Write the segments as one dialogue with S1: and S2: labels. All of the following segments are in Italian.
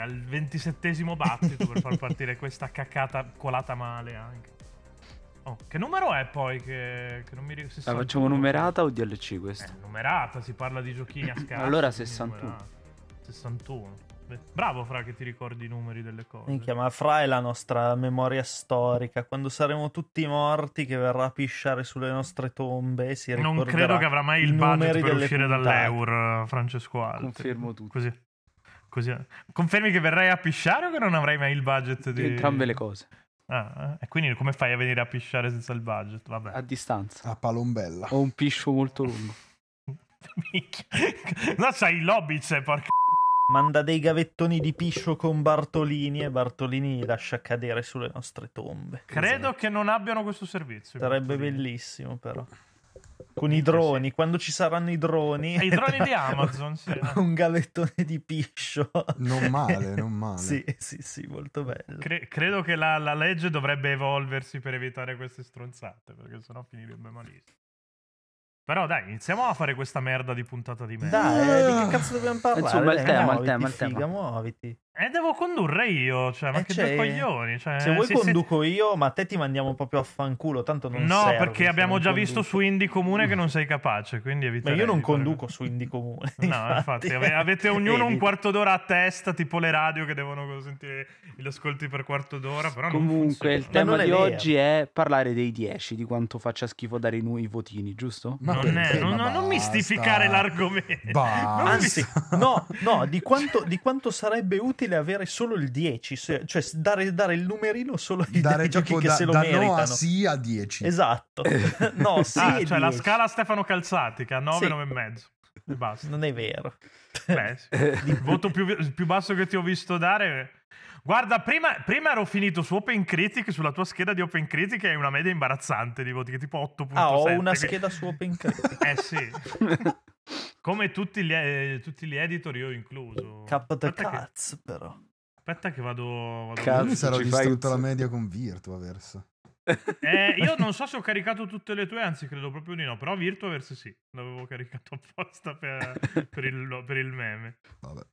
S1: minchia, al 27esimo battito per far partire questa cacata colata male anche. Oh, che numero è poi che non mi ricordo?
S2: La facciamo numerata o DLC questa?
S1: Numerata, si parla di giochini a scatola.
S2: Allora 61.
S1: 61. Bravo Fra che ti ricordi i numeri delle cose.
S3: Minchia, ma Fra è la nostra memoria storica. Quando saremo tutti morti, che verrà a pisciare sulle nostre tombe, si ricorderà.
S1: Non credo che avrà mai il
S3: i
S1: budget
S3: numeri
S1: per
S3: delle
S1: uscire
S3: puntate.
S1: dall'Eur, Francesco Altri.
S2: Confermo tutto.
S1: Così. Confermi che verrai a pisciare o che non avrai mai il budget di...
S2: Entrambe le cose.
S1: E quindi come fai a venire a pisciare senza il budget? Vabbè.
S2: A distanza.
S4: A Palombella.
S2: Ho un piscio molto lungo.
S1: No, sai, il Lobbice, porca...
S3: Manda dei gavettoni di piscio con Bartolini e Bartolini li lascia cadere sulle nostre tombe.
S1: Credo che non abbiano questo servizio.
S3: Sarebbe bellissimo, però. Con i droni,
S1: sì.
S3: Quando ci saranno i droni.
S1: I droni di Amazon, sì.
S3: Un gavettone di piscio.
S4: Non male, non male.
S3: Sì, molto bello.
S1: Credo che la legge dovrebbe evolversi per evitare queste stronzate, perché sennò finirebbe malissimo. Però dai, iniziamo a fare questa merda di puntata di merda.
S3: Dai, di che cazzo dobbiamo parlare?
S2: Insomma, il tema.
S3: Figa, muoviti.
S1: Devo condurre io, cioè, ma che due coglioni. Cioè,
S3: se vuoi conduco io, ma a te ti mandiamo proprio a fanculo, tanto non
S1: no,
S3: serve,
S1: perché abbiamo già visto su Indie Comune che non sei capace, quindi eviterei.
S3: Ma io non conduco su Indie Comune.
S1: No, infatti avete ognuno un quarto d'ora a testa, tipo le radio che devono sentire gli ascolti per quarto d'ora, però
S2: comunque il tema di oggi è parlare dei 10, di quanto faccia schifo dare i votini, giusto?
S1: Non mistificare l'argomento.
S3: Anzi, no, di quanto sarebbe utile avere solo il 10, cioè dare il numerino solo ai giochi che se lo meritano.
S4: No a sì a 10.
S3: Esatto. No, sì
S1: cioè
S3: 10.
S1: la scala Stefano Calzati che ha 9, 9,5. E basta.
S3: Non è vero.
S1: Beh, sì. Il voto più basso che ti ho visto dare... Guarda, prima ero finito su Open Critic, sulla tua scheda di Open Critic hai una media imbarazzante di voti, che tipo 8.7.
S3: Ho una scheda su Open Critic.
S1: Sì. Come tutti gli editor, io incluso.
S3: Cap the cazzo, però.
S1: Aspetta che vado...
S4: Io mi sarò distrutto la media con Virtuaverse.
S1: Io non so se ho caricato tutte le tue, anzi credo proprio di no, però Virtuaverse sì, l'avevo caricato apposta per il meme.
S4: Vabbè.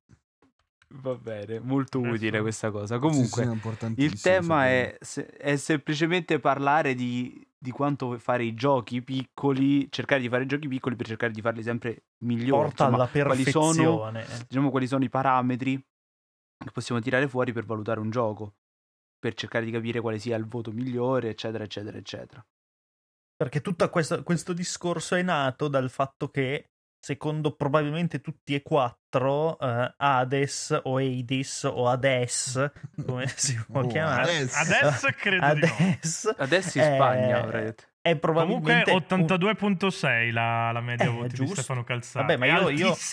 S2: Va bene, molto
S1: Adesso...
S2: utile questa cosa. Comunque,
S4: sì,
S2: il tema è semplicemente parlare di quanto fare i giochi piccoli, cercare di fare giochi piccoli per cercare di farli sempre migliori.
S3: Porta alla perfezione.
S2: Quali sono i parametri che possiamo tirare fuori per valutare un gioco, per cercare di capire quale sia il voto migliore, eccetera, eccetera, eccetera.
S3: Perché tutto questo discorso è nato dal fatto che, secondo probabilmente tutti e quattro, Hades o Hades o Hades, come si può chiamare?
S1: Hades credo di no.
S2: Hades in Spagna, avrei detto.
S3: È probabilmente
S1: comunque 82.6 la media voti
S3: giusto.
S1: di Stefano Calzati.
S3: Vabbè, ma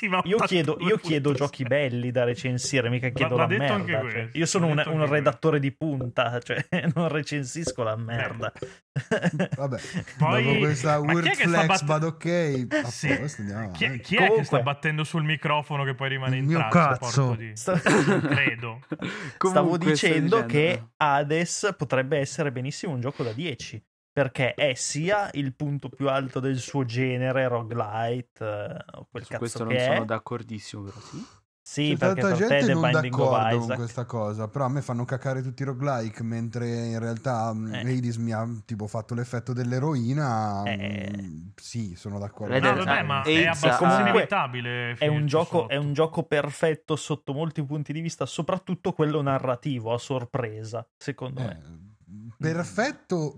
S3: io chiedo giochi belli da recensire, mica chiedo la merda. Cioè, io sono un redattore di punta, cioè non recensisco la merda.
S4: Vabbè,
S1: poi
S4: dopo questa Wordflex
S1: vado
S4: ok.
S1: Chi è che sta battendo sul microfono che poi rimane in
S4: mio
S1: traccia?
S4: cazzo.
S1: Credo.
S3: Stavo dicendo che Hades potrebbe essere benissimo un gioco da 10. Perché è sia il punto più alto del suo genere, roguelite, o quel
S2: su
S3: cazzo
S2: questo
S3: che
S2: non
S3: è.
S2: sono d'accordissimo, però sì.
S3: Sì,
S4: c'è
S3: perché
S4: tanta
S3: per te
S4: gente
S3: The
S4: non
S3: Binding of
S4: d'accordo
S3: Isaac.
S4: con questa cosa, però a me fanno cacare tutti i roguelike, mentre in realtà Hades mi ha tipo fatto l'effetto dell'eroina. Sì, sono d'accordo.
S1: No, vabbè, ma è abbastanza inevitabile.
S3: È un gioco perfetto sotto molti punti di vista, soprattutto quello narrativo, a sorpresa, secondo me.
S4: Perfetto,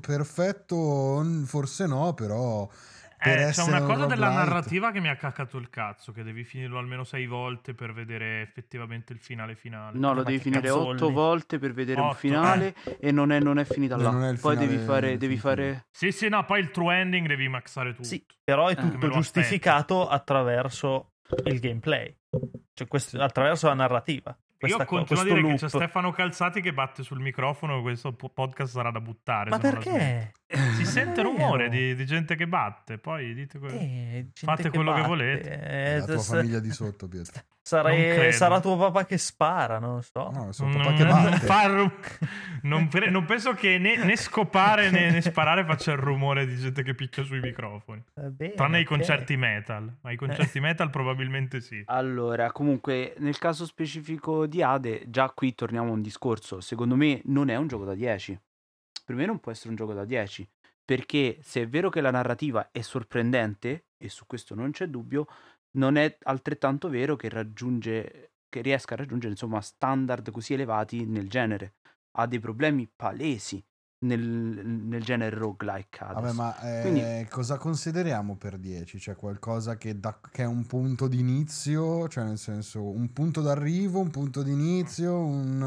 S4: forse no, però
S1: c'è una cosa della narrativa che mi ha caccato il cazzo, che devi finirlo almeno 6 volte per vedere effettivamente il finale.
S2: No, lo devi finire 8 volte per vedere un finale e non è finita là. Poi devi fare...
S1: Sì, no, poi il true ending devi maxare tutto.
S3: Sì, però è tutto giustificato attraverso il gameplay, cioè attraverso la narrativa.
S1: Io continuo a dire che c'è Stefano Calzati che batte sul microfono, questo podcast sarà da buttare.
S3: Ma perché?
S1: Si sente rumore di gente che batte, poi dite fate quello che volete.
S4: La tua famiglia di sotto, Pietro.
S3: Sarà tuo papà che spara, non so.
S4: No, suo papà che batte.
S1: Non penso che né scopare né sparare faccia il rumore di gente che picchia sui microfoni.
S3: Bene,
S1: tranne i
S3: ok.
S1: concerti metal. Ma i concerti metal probabilmente sì.
S2: Allora, comunque, nel caso specifico di Ade, già qui torniamo a un discorso. Secondo me non è un gioco da 10. Per me non può essere un gioco da 10. Perché se è vero che la narrativa è sorprendente, e su questo non c'è dubbio, non è altrettanto vero che riesca a raggiungere, insomma, standard così elevati nel genere. Ha dei problemi palesi nel genere roguelike.
S4: Vabbè, ma
S2: Quindi,
S4: cosa consideriamo per 10? Cioè qualcosa che è un punto d'inizio, cioè nel senso un punto d'arrivo, un punto d'inizio,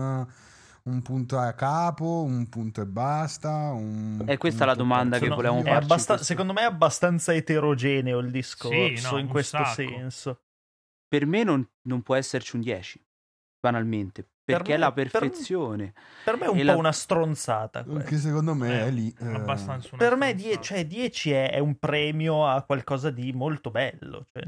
S4: un punto a capo, un punto e basta.
S2: è questa la domanda che volevamo farci.
S3: Secondo me è abbastanza eterogeneo il discorso in
S1: un
S3: questo
S1: sacco.
S3: senso.
S2: Per me non può esserci un 10, banalmente, perché è la perfezione.
S3: Per me è un po' una stronzata.
S4: Che secondo me è lì.
S1: Abbastanza una
S3: Per me
S1: stronzata.
S3: 10 è un premio a qualcosa di molto bello. Cioè,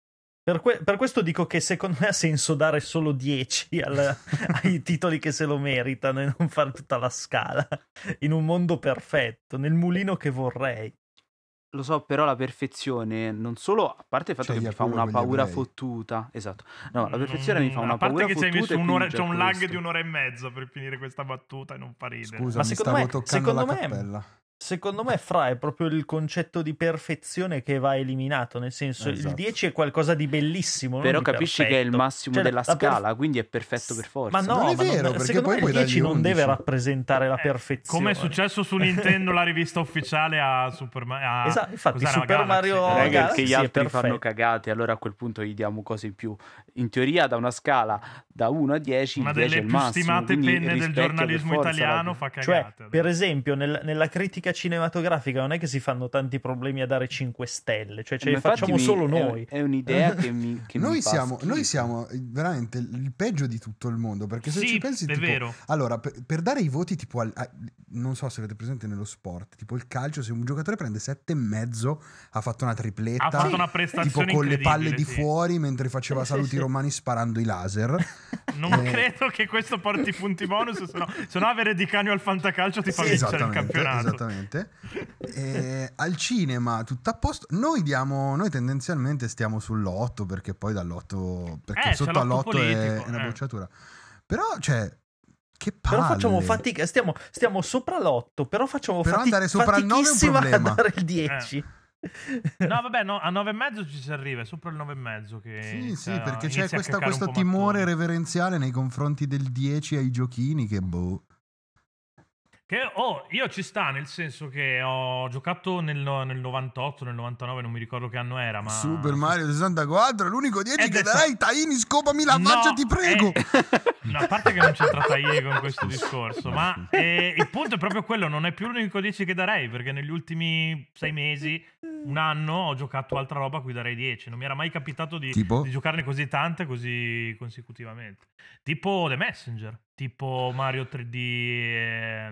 S3: per questo dico che secondo me ha senso dare solo 10 ai titoli che se lo meritano e non fare tutta la scala in un mondo perfetto, nel mulino che vorrei.
S2: Lo so, però la perfezione non solo, a parte il fatto che mi fa una paura fottuta, esatto. No, la perfezione mi fa una paura fottuta.
S1: A parte che ci hai messo c'è un lag
S2: questo.
S1: di un'ora e mezza per finire questa battuta e non fa ridere.
S4: Scusa,
S3: Ma
S4: mi
S3: secondo
S4: stavo
S3: me-
S4: toccando
S3: secondo
S4: la
S3: me-
S4: cappella.
S3: Secondo me, Fra, è proprio il concetto di perfezione che va eliminato, nel senso
S4: Esatto.
S3: il 10 è qualcosa di bellissimo, non
S2: Però
S3: di
S2: capisci
S3: perfetto.
S2: che è il massimo
S3: Cioè,
S2: della
S3: la
S2: scala, quindi è perfetto per forza.
S3: Ma no,
S4: Non è vero, perché
S3: secondo
S4: poi
S3: me
S4: puoi
S3: il 10
S4: dargli
S3: non deve
S4: 11.
S3: rappresentare la perfezione.
S1: Come è successo su Nintendo, la rivista ufficiale a Super Mario.
S3: Esatto, infatti
S1: cos'era,
S3: Super
S1: Galaxy?
S3: Mario
S2: Raga,
S3: Galaxy
S2: che gli
S3: è
S2: altri
S3: perfetto.
S2: fanno cagate, allora a quel punto gli diamo cose in più. In teoria, da una scala da 1 a 10,
S1: Una
S2: il 10 è
S1: delle
S2: il
S1: più
S2: massimo.
S1: stimate
S2: quindi
S1: penne del
S2: rispecchia per
S1: giornalismo
S2: forza
S1: italiano
S2: la-
S1: fa
S3: Cioè,
S1: cagate.
S3: per esempio, nella critica cinematografica non è che si fanno tanti problemi a dare 5 stelle, cioè ce
S2: Ma
S3: le
S2: infatti
S3: facciamo solo
S2: è-
S3: noi.
S2: È un'idea che mi
S4: Noi
S2: fa
S4: siamo
S2: schifo.
S4: veramente il peggio di tutto il mondo, perché se
S1: Sì,
S4: ci pensi
S1: è
S4: tipo,
S1: vero.
S4: allora per dare i voti tipo non so se avete presente nello sport, tipo il calcio, se un giocatore prende 7,5 ha fatto una tripletta,
S1: Ha fatto una
S4: tipo
S1: prestazione
S4: con le palle
S1: incredibile,
S4: di
S1: sì.
S4: fuori mentre faceva
S3: Sì,
S4: saluti
S3: sì.
S4: romani sparando i laser.
S1: Non credo che questo porti punti bonus, se no avere Di Canio al fantacalcio ti fa
S4: Sì,
S1: vincere il campionato.
S4: esattamente. Al cinema tutto a posto. Noi tendenzialmente stiamo sull'8 perché poi dall'8 perché
S1: c'è
S4: sotto
S1: l'otto
S4: all'8 è
S1: politico,
S4: una bocciatura. Però cioè che
S3: Però
S4: palle.
S3: facciamo fatica, stiamo sopra l'8, però facciamo
S4: Però andare sopra il 9 è un
S3: fatichissima a
S4: problema.
S3: dare il 10.
S1: No, vabbè, no, a 9,5 ci si arriva, è sopra il 9,5 che
S4: Sì,
S1: inizia-
S4: perché
S1: inizia
S4: c'è
S1: a caccare
S4: questo
S1: un po'
S4: timore
S1: mattone.
S4: reverenziale nei confronti del 10 ai giochini che boh.
S1: Che io ci sta, nel senso che ho giocato nel 98, nel 99, non mi ricordo che anno era, ma
S4: Super Mario 64 è l'unico 10 che
S1: adesso-
S4: darai. Taini, scopami la faccia, ti prego.
S1: No, a parte che non c'entra Taini con questo discorso, ma il punto è proprio quello, non è più l'unico 10 che darei, perché negli ultimi 6 mesi, un anno, ho giocato altra roba a cui darei 10. Non mi era mai capitato di giocarne così tante, così consecutivamente. Tipo The Messenger, tipo Mario 3D,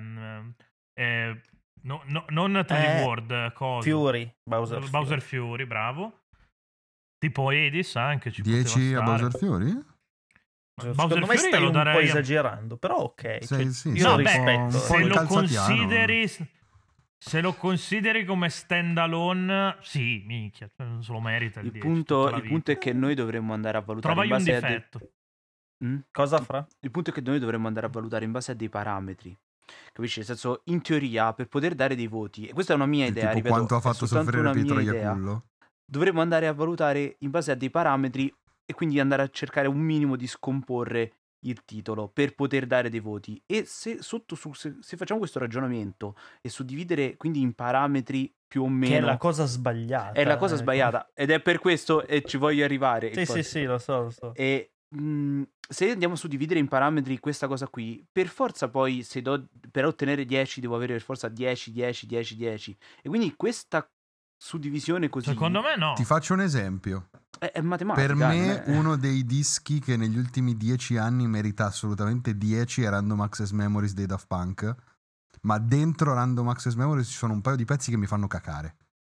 S1: non 3D World, cosa?
S3: Fury,
S1: Bowser Fury, bravo. Tipo Hades anche ci
S4: 10 a
S1: poteva stare.
S4: Bowser Fury?
S3: Secondo me
S1: Fury
S3: stai
S1: lo
S3: un po'
S1: darei
S3: esagerando, però ok.
S4: Sì, sì,
S3: io
S1: No,
S3: lo
S1: beh,
S3: rispetto.
S4: un po'
S1: se
S4: il
S1: lo
S4: calzatiano.
S1: se lo consideri come stand alone, sì, minchia, non se lo merita il 10.
S2: Il punto è che noi dovremmo andare a valutare
S1: Trovagli
S2: in
S1: un
S2: base
S1: difetto.
S3: Cosa Fra?
S2: Il punto è che noi dovremmo andare a valutare in base a dei parametri. Capisci? Nel senso, in teoria, per poter dare dei voti, e questa è una mia idea,
S4: Tipo
S2: ripeto,
S4: quanto ha
S2: è
S4: fatto
S2: soltanto
S4: soffrire
S2: una
S4: Pietro
S2: mia idea,
S4: Iacullo?
S2: dovremmo andare a valutare in base a dei parametri e quindi andare a cercare un minimo di scomporre il titolo per poter dare dei voti. E se facciamo questo ragionamento e suddividere quindi in parametri più o meno,
S3: Che è la cosa sbagliata.
S2: è la cosa sbagliata, ed è per questo e ci voglio arrivare.
S3: Sì, lo so.
S2: E se andiamo a suddividere in parametri questa cosa qui, per forza poi per ottenere 10 devo avere per forza 10, 10, 10, 10. E quindi questa suddivisione così
S1: Secondo me no.
S4: Ti faccio un esempio.
S2: è matematica.
S4: Per me
S2: non è-
S4: uno dei dischi che negli ultimi 10 anni merita assolutamente 10 è Random Access Memories dei Daft Punk, ma dentro Random Access Memories ci sono un paio di pezzi che mi fanno cacare.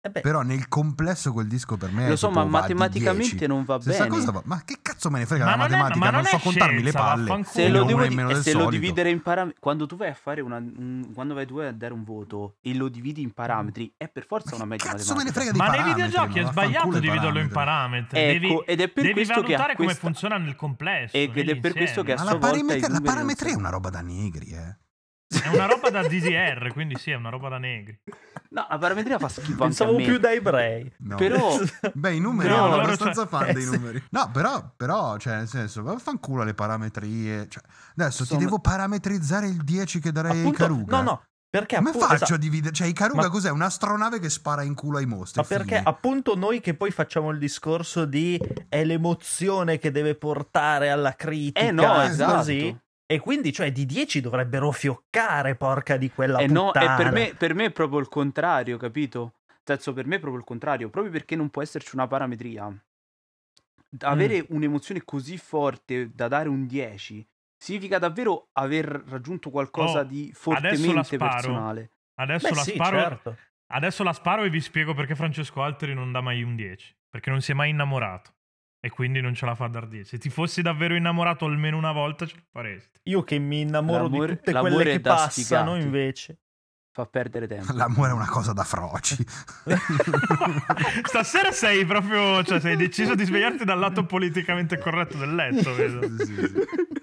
S4: Però nel complesso quel disco per me
S2: Lo
S4: è
S2: so,
S4: tipo,
S2: ma
S4: va di
S2: matematicamente
S4: 10.
S2: non va
S4: Stessa
S2: bene.
S4: cosa ma che cazzo me ne frega
S1: Ma
S4: la
S1: non è-
S4: matematica?
S1: ma
S4: Non
S1: non
S4: so
S1: è
S4: contarmi le
S1: scienza,
S4: palle.
S1: vaffanculo.
S2: Se lo,
S4: Una
S2: devo
S4: in meno del
S2: se lo
S4: solito.
S2: dividere in parametri, quando tu vai a fare quando vai tu a dare un voto e lo dividi in parametri, è per forza una
S4: Ma che
S2: media
S4: cazzo me ne
S2: matematica.
S4: frega di
S1: Ma nei
S4: parametri?
S1: videogiochi è
S4: ma
S1: sbagliato
S4: vaffanculo i
S1: dividerlo in
S4: parametri.
S1: parametri.
S2: Ecco, ed è per
S1: Devi
S2: questo che ha
S1: valutare come
S2: questa-
S1: funziona nel complesso.
S2: ed è per questo che a
S4: Ma
S2: sua
S4: la
S2: volta i
S4: parametria
S2: numeri non
S4: è
S2: sono-
S4: una roba da negri,
S1: È una roba da DDR, quindi sì, è una roba da negri.
S2: No, la parametria fa schifo anche a
S3: Pensavo
S2: me.
S3: più da ebrei.
S4: No.
S2: Però
S4: Beh, i numeri,
S2: No,
S4: io sono
S1: loro,
S4: abbastanza fan dei
S3: sì.
S4: numeri. No, però, cioè, nel senso, vaffanculo le parametrie. Cioè, adesso
S2: Insomma-
S4: ti devo parametrizzare il 10 che darei ai
S3: Appunto,
S4: Ikaruga.
S3: no, perché
S4: Come faccio
S3: esatto.
S4: a dividere? Cioè, Ikaruga
S3: Ma-
S4: cos'è? Un'astronave che spara in culo ai mostri.
S3: Ma perché
S4: fine.
S3: appunto noi che poi facciamo il discorso di è l'emozione che deve portare alla critica,
S2: no, esatto.
S3: così. E quindi, cioè, di 10 dovrebbero fioccare, porca di quella
S2: no,
S3: puttana.
S2: e per me è proprio il contrario, capito? Nel senso, per me è proprio il contrario, proprio perché non può esserci una parametria. Avere un'emozione così forte da dare un 10 significa davvero aver raggiunto qualcosa
S1: Oh,
S2: di
S1: adesso la
S2: fortemente
S1: sparo.
S2: personale.
S1: Adesso
S3: Beh,
S1: la
S3: sì,
S1: sparo.
S3: certo.
S1: Adesso la sparo e vi spiego perché Francesco Alteri non dà mai un 10. Perché non si è mai innamorato. E quindi non ce la fa a dar 10. Se ti fossi davvero innamorato almeno una volta, ce la faresti.
S3: Io che mi innamoro di tutte
S2: l'amore
S3: quelle
S2: è
S3: che
S2: da
S3: passano,
S2: sfigati.
S3: invece.
S2: Fa perdere tempo.
S4: L'amore è una cosa da froci.
S1: Stasera sei proprio. Cioè, sei deciso di svegliarti dal lato politicamente corretto del letto, vedo.
S4: Sì.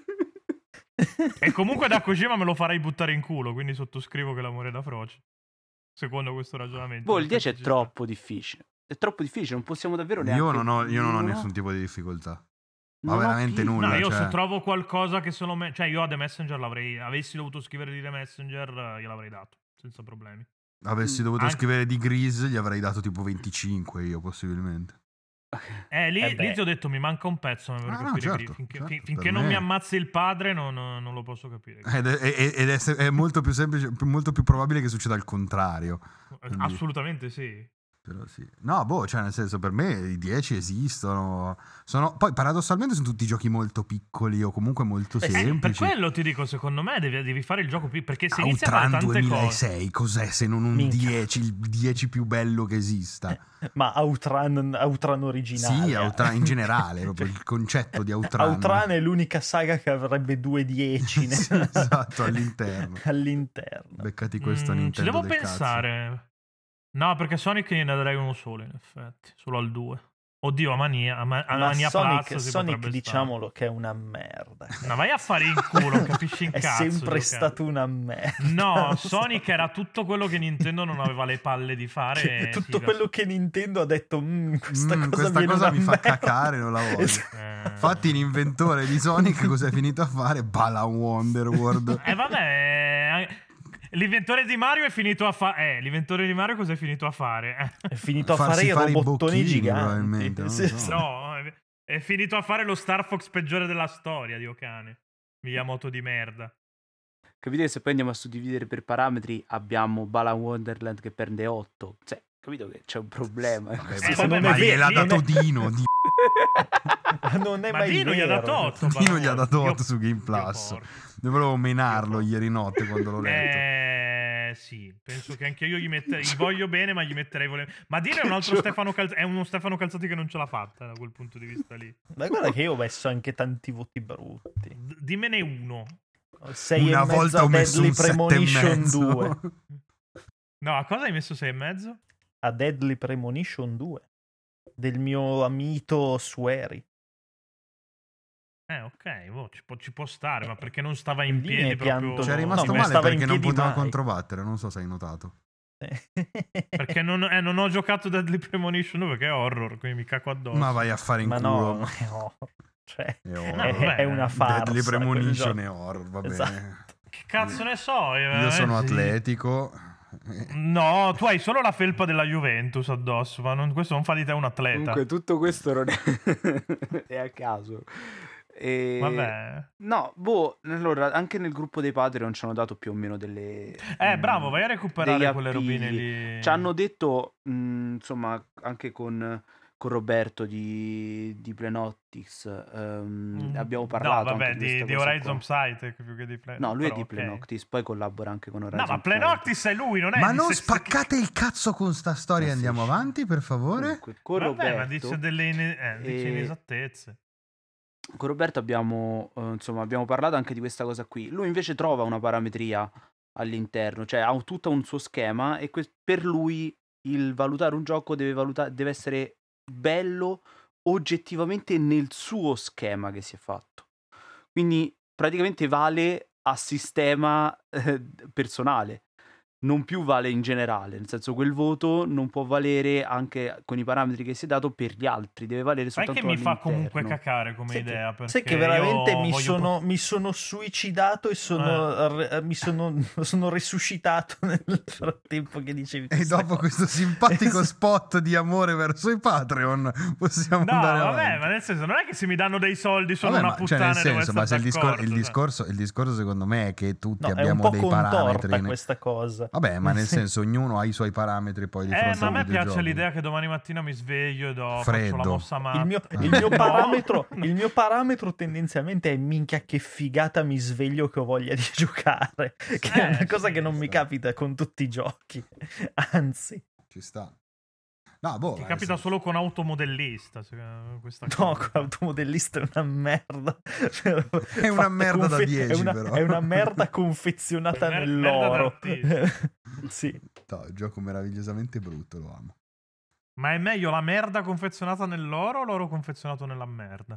S1: E comunque da Kojima me lo farei buttare in culo. Quindi sottoscrivo che l'amore è da froci. Secondo questo ragionamento.
S2: Il 10 è
S1: Ci sta.
S2: troppo difficile. È troppo difficile, non possiamo davvero neanche...
S4: Io non ho nessun tipo di difficoltà. Ma
S2: non ho
S4: veramente
S2: più-
S4: nulla.
S1: No, io
S4: cioè.
S1: se trovo qualcosa che sono cioè io a The Messenger l'avrei, avessi dovuto scrivere di The Messenger, gliel'avrei dato senza problemi.
S4: Avessi dovuto
S1: Anche-
S4: scrivere di Grease, gli avrei dato tipo 25 io, possibilmente.
S1: Lì
S3: beh.
S1: ti ho detto mi manca un pezzo per
S4: no,
S1: capire
S4: certo,
S1: Grease. Finché,
S4: certo,
S1: finché
S4: per
S1: non
S4: me-
S1: mi ammazzi il padre non lo posso capire.
S4: Ed è molto più semplice, molto più probabile che succeda il contrario. Quindi-
S1: Assolutamente sì.
S4: Però sì. No, cioè nel senso, per me i 10 esistono. Poi paradossalmente sono tutti giochi molto piccoli o comunque molto
S1: Per
S4: semplici.
S1: quello ti dico, secondo me devi fare il gioco perché se inizi a fare
S4: Outrun
S1: tante cose
S4: 2006, cos'è se non un
S3: Minchia.
S4: 10, il 10 più bello che esista?
S3: Ma Outrun originale.
S4: Sì, Outrun in generale, proprio il concetto di Outrun.
S3: Outrun è l'unica saga che avrebbe 2 10
S4: Sì, esatto, all'interno.
S3: all'interno.
S4: Beccati questo a
S1: ci
S4: Nintendo
S1: devo
S4: del
S1: pensare. No, perché Sonic ne darei uno solo in effetti, solo al 2. Oddio, a Mania
S3: Ma
S1: Plus
S3: Sonic
S1: si
S3: Sonic
S1: potrebbe
S3: diciamolo che è una merda.
S1: stare. No, vai a fare in culo, non capisci in
S3: È
S1: cazzo.
S3: sempre
S1: giocare.
S3: stato una merda.
S1: No,
S3: Non so.
S1: Sonic era tutto quello che Nintendo non aveva le palle di fare.
S3: Tutto
S1: Figa.
S3: quello che Nintendo ha detto questa cosa,
S4: questa
S3: viene
S4: cosa
S3: una
S4: mi fa
S3: merda."
S4: cacare, non la voglio.
S3: Esatto.
S4: Infatti l'inventore di Sonic cos'è finito a fare? Balan Wonderworld.
S1: Vabbè, l'inventore di Mario è finito a fare. L'inventore di Mario cosa è finito a fare?
S3: È finito a
S4: Farsi
S3: fare i
S4: fare i
S3: robottoni
S4: bocchini,
S3: giganti.
S4: probabilmente, non
S3: Sì,
S4: so.
S3: sì.
S1: No, è finito a fare lo Star Fox peggiore della storia, Dio cane. Miyamoto di merda.
S2: Capite che se poi andiamo a suddividere per parametri abbiamo Balan Wonderland che prende 8. Cioè, capito che c'è un problema.
S4: Vabbè,
S3: Sì,
S1: vabbè,
S3: non
S4: ma
S3: è vero,
S4: gliel'ha
S3: non
S4: dato
S3: è-
S4: Dino.
S3: Non è
S1: Ma
S3: mai
S1: Dino gli ha
S3: vero.
S1: dato 8.
S4: Dino gli ha dato 8 su Game
S1: Dio
S4: Plus.
S1: porco.
S4: Dovevo menarlo
S1: Dio
S4: ieri notte quando l'ho letto.
S1: Sì, penso che anche io gli voglio bene, ma gli metterei Ma Dino è un altro è uno Stefano Calzati che non ce l'ha fatta da quel punto di vista lì.
S3: Ma guarda che io ho messo anche tanti voti brutti.
S1: Dimmene uno.
S3: 6
S4: Una
S3: e mezzo
S4: volta
S3: a
S4: ho messo
S3: Deadly
S4: un 7 e
S3: Premonition
S4: mezzo.
S3: 2.
S1: No, a cosa hai messo 6,5?
S3: A Deadly Premonition 2 del mio amito Sueri.
S1: Ok, ci può stare, ma perché non stava in
S3: Lì mi
S1: piedi
S3: hai
S1: proprio...
S3: pianto-
S4: C'è
S3: No,
S4: rimasto
S3: non
S4: male
S3: stava in
S4: perché non
S3: piedi
S4: poteva
S3: mai.
S4: controbattere, non so se hai notato.
S1: Perché non ho giocato Deadly Premonition 2 perché è horror, quindi mi cacco addosso.
S4: Ma vai a fare in
S3: Ma
S4: culo.
S3: no, cioè,
S4: È horror.
S1: No, vabbè.
S3: è una farsa.
S4: Deadly Premonition
S3: quel
S4: è horror, va bene.
S3: Esatto.
S1: Che cazzo ne so?
S4: Io sono
S1: sì.
S4: atletico.
S1: No, tu hai solo la felpa della Juventus addosso, ma questo non fa di te un atleta.
S2: Comunque tutto questo non è, è a caso.
S1: Vabbè.
S2: No, allora anche nel gruppo dei Patreon ci hanno dato più o meno delle...
S1: Bravo, vai a recuperare
S2: degli
S1: quelle
S2: appigli.
S1: robine lì.
S2: Ci hanno detto, insomma, anche con Roberto di Plenoptics. Abbiamo parlato
S1: No, vabbè,
S2: anche di
S1: di
S2: questa cosa
S1: Horizon
S2: qua.
S1: Psytech più che di Plenoptics.
S2: No, lui è
S1: però,
S2: di
S1: ok.
S2: Plenoptics, poi collabora anche con Horizon
S1: No, ma
S2: Psytech.
S1: Plenoptics è lui, non è
S4: Ma
S1: di
S4: non
S1: Sex-
S4: spaccate il cazzo con sta storia e andiamo avanti, per favore.
S2: Comunque, con
S1: Vabbè, ma
S2: Roberto,
S1: dice delle dice
S2: e-
S1: inesattezze.
S2: con Roberto abbiamo parlato anche di questa cosa qui. Lui invece trova una parametria all'interno, cioè ha tutto un suo schema e per lui il valutare un gioco deve essere bello oggettivamente nel suo schema che si è fatto. Quindi praticamente vale a sistema personale, non più vale in generale, nel senso quel voto non può valere anche con i parametri che si è dato per gli altri, deve valere
S1: Sai
S2: soltanto
S1: che mi fa
S2: all'interno.
S1: comunque cacare come
S3: Sai che-
S1: idea, perché
S3: sai che veramente
S1: io
S3: mi
S1: voglio
S3: sono, mi sono suicidato e mi sono resuscitato nel frattempo che dicevi
S4: E
S3: questa
S4: dopo
S3: cosa.
S4: questo simpatico spot di amore verso i Patreon possiamo
S1: No,
S4: andare
S1: vabbè,
S4: avanti.
S1: ma nel senso, non è che se mi danno dei soldi sono
S4: Vabbè,
S1: una
S4: ma, cioè,
S1: puttana
S4: nel
S1: e devo
S4: senso, ma se
S1: essere d'accordo, cioè.
S4: il discorso secondo me è che tutti
S3: No, è un
S4: abbiamo
S3: po'
S4: dei
S3: contorta
S4: parametri.
S3: questa cosa.
S4: Vabbè, ma nel senso ognuno ha i suoi parametri poi di fronte
S1: Ma a
S4: al
S1: me piace
S4: videogioco.
S1: l'idea che domani mattina mi sveglio e faccio la
S4: Freddo.
S1: mossa matta.
S3: Il mio
S1: No.
S3: parametro tendenzialmente è minchia che figata mi sveglio che ho voglia di giocare, che è una cosa
S1: sì,
S3: che non mi
S4: sì.
S3: capita con tutti i giochi, anzi.
S4: Ci sta. No, boh,
S1: Ti
S4: nel
S1: capita
S4: senso-
S1: solo con automodellista, questa
S3: No,
S1: cosa.
S3: con l'automodellista è una merda.
S4: È una merda da 10 però.
S3: È una merda confezionata
S1: Merda
S3: nell'oro.
S1: d'artista.
S3: Sì.
S4: No, è un gioco meravigliosamente brutto, lo amo.
S1: Ma è meglio la merda confezionata nell'oro o l'oro confezionato nella merda?